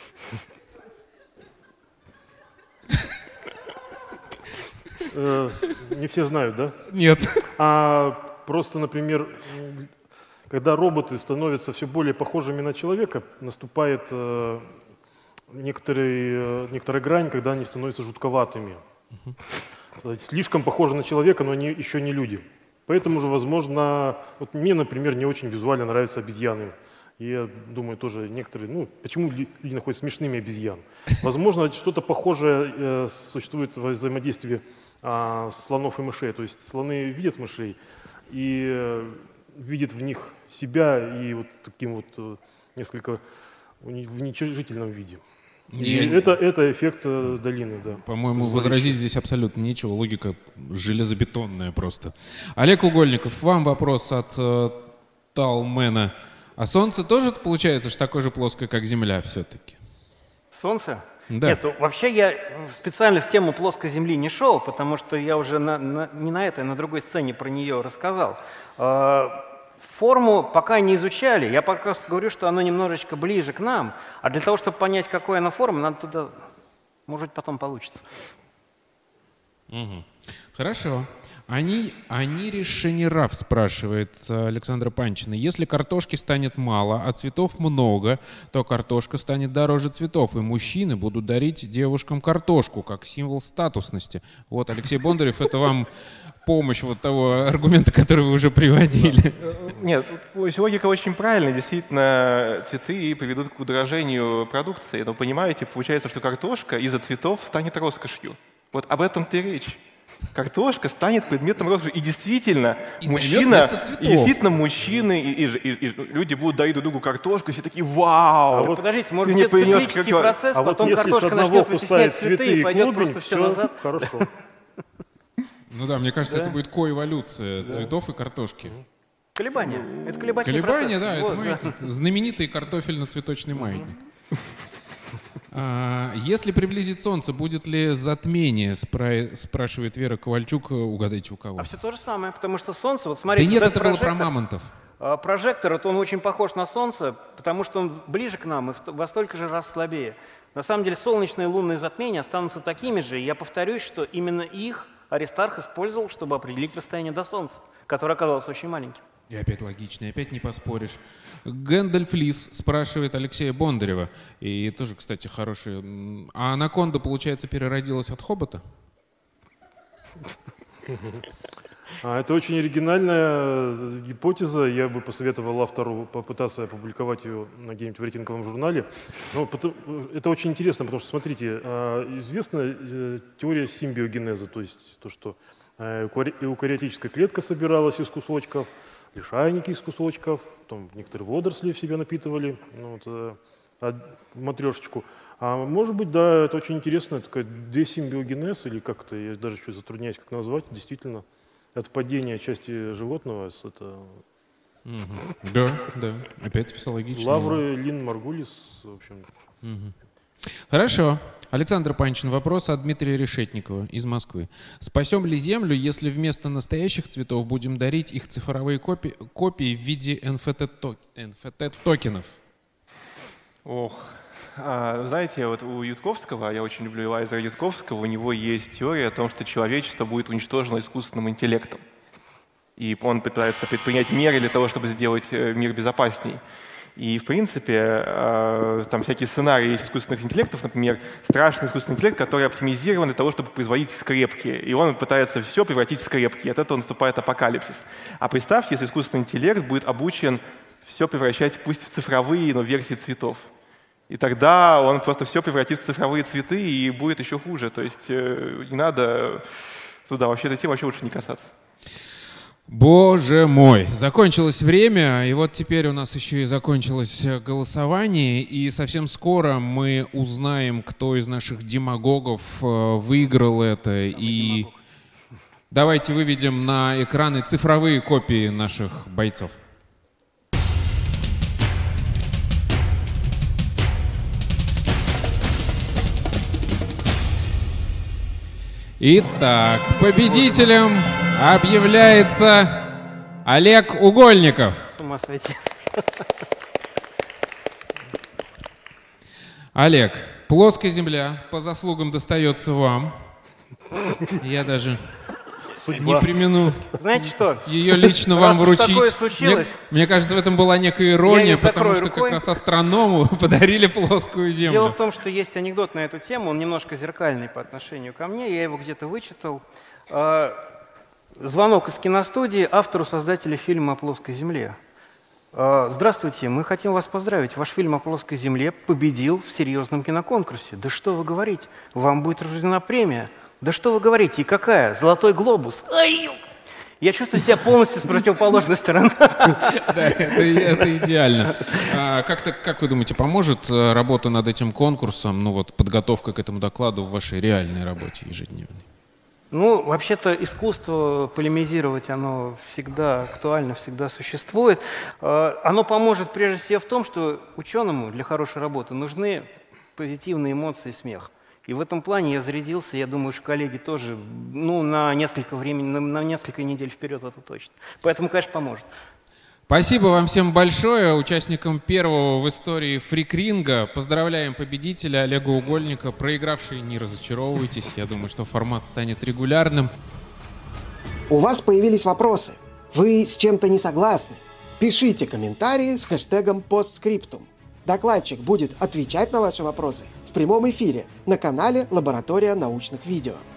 Не все знают, да?
Нет.
Просто, например, когда роботы становятся все более похожими на человека, наступает некоторая грань, когда они становятся жутковатыми. Слишком похожи на человека, но они еще не люди. Поэтому же, возможно, вот мне, например, не очень визуально нравятся обезьяны. И я думаю, тоже некоторые, почему люди находят смешными обезьян? Возможно, что-то похожее существует во взаимодействии слонов и мышей. То есть слоны видят мышей и видят в них себя и вот таким вот несколько в уничижительном виде. Это эффект долины, да.
По-моему, возразить здесь абсолютно нечего. Логика железобетонная просто. Олег Угольников, вам вопрос от Талмена. А Солнце тоже получается, что такое же плоское, как Земля все-таки?
Солнце?
Да.
Нет, вообще я специально в тему плоской Земли не шел, потому что я уже не на этой, а на другой сцене про нее рассказал. Форму пока не изучали, я пока говорю, что оно немножечко ближе к нам, а для того, чтобы понять, какой она форма, надо туда, может быть, потом получится.
Хорошо. Они решенерав, спрашивает Александра Панчина. Если картошки станет мало, а цветов много, то картошка станет дороже цветов, и мужчины будут дарить девушкам картошку, как символ статусности. Вот, Алексей Бондарев, это вам помощь вот того аргумента, который вы уже приводили.
Нет, логика очень правильная. Действительно, цветы приведут к удорожению продукции. Но понимаете, получается, что картошка из-за цветов станет роскошью. Вот об этом-то и речь. Картошка станет предметом роскоши. И действительно, мужчины и люди будут дарить друг другу картошку, и все такие «Вау!»
вот подождите, может быть, циклический процесс, потом
вот
картошка начнет вытеснять цветы и пойдет просто все назад.
Хорошо.
Ну да, мне кажется, это будет коэволюция цветов и картошки.
Колебания. Это колебательный процесс.
Колебания, да, это маятник. Знаменитый картофельно-цветочный маятник. Если приблизить Солнце, будет ли затмение, спрашивает Вера Ковальчук. Угадайте, у кого?
А все то же самое, потому что Солнце, вот смотрите.
Да нет, это было про мамонтов.
Прожектор, вот он очень похож на Солнце, потому что он ближе к нам и во столько же раз слабее. На самом деле солнечные и лунные затмения останутся такими же, и я повторюсь, что именно их Аристарх использовал, чтобы определить расстояние до Солнца, которое оказалось очень маленьким.
И опять логично, и опять не поспоришь. Гэндальф Лис спрашивает Алексея Бондарева, и тоже, кстати, хороший. А анаконда, получается, переродилась от хобота?
Это очень оригинальная гипотеза. Я бы посоветовал автору попытаться опубликовать ее на где-нибудь в рейтинговом журнале. Но это очень интересно, потому что, смотрите, известна теория симбиогенеза, то есть то, что эукариотическая клетка собиралась из кусочков, лишайники из кусочков, потом некоторые водоросли в себя напитывали, матрешечку. А может быть, да, это очень интересно, такая десимбиогенез, или как-то, я даже чуть затрудняюсь, как назвать, действительно, отпадение части животного. Это...
Да, опять все логично.
Лавры Лин Маргулис, в общем.
Хорошо. Александр Панчин, вопрос от Дмитрия Решетникова из Москвы. Спасем ли Землю, если вместо настоящих цветов будем дарить их цифровые копии в виде NFT-токенов?
Знаете, вот у Ютковского, я очень люблю Элайзера Ютковского, у него есть теория о том, что человечество будет уничтожено искусственным интеллектом. И он пытается предпринять меры для того, чтобы сделать мир безопасней. И, в принципе, там всякие сценарии есть искусственных интеллектов, например, страшный искусственный интеллект, который оптимизирован для того, чтобы производить скрепки. И он пытается все превратить в скрепки. И от этого наступает апокалипсис. А представьте, если искусственный интеллект будет обучен все превращать, пусть в цифровые, но версии цветов. И тогда он просто все превратит в цифровые цветы и будет еще хуже. То есть не надо туда, вообще этой темы вообще лучше не касаться.
Боже мой, закончилось время, и вот теперь у нас еще и закончилось голосование, и совсем скоро мы узнаем, кто из наших демагогов выиграл это, и давайте выведем на экраны цифровые копии наших бойцов. Итак, победителем объявляется Олег Угольников.
С ума сойти.
Олег, плоская земля по заслугам достается вам. Я даже не премину,
знаете что?
Ее лично вам вручить.
Такое случилось,
мне кажется, в этом была некая ирония, потому что как раз астроному подарили плоскую землю.
Дело в том, что есть анекдот на эту тему, он немножко зеркальный по отношению ко мне, я его где-то вычитал. Звонок из киностудии автору, создателю фильма «О плоской земле». Здравствуйте, мы хотим вас поздравить. Ваш фильм «О плоской земле» победил в серьезном киноконкурсе. Да что вы говорите? Вам будет рождена премия. Да что вы говорите? И какая? Золотой глобус. Ай! Я чувствую себя полностью с противоположной стороны.
Да, это идеально. Как вы думаете, поможет работа над этим конкурсом, подготовка к этому докладу в вашей реальной работе ежедневной?
Вообще-то искусство полемизировать, оно всегда актуально, всегда существует. Оно поможет прежде всего в том, что ученому для хорошей работы нужны позитивные эмоции и смех. И в этом плане я зарядился, я думаю, что коллеги тоже, на несколько недель вперед, это точно. Поэтому, конечно, поможет.
Спасибо вам всем большое, участникам первого в истории фрикринга. Поздравляем победителя Олега Угольника. Проигравшие, не разочаровывайтесь. Я думаю, что формат станет регулярным.
У вас появились вопросы? Вы с чем-то не согласны? Пишите комментарии с хэштегом постскриптум. Докладчик будет отвечать на ваши вопросы в прямом эфире на канале «Лаборатория научных видео».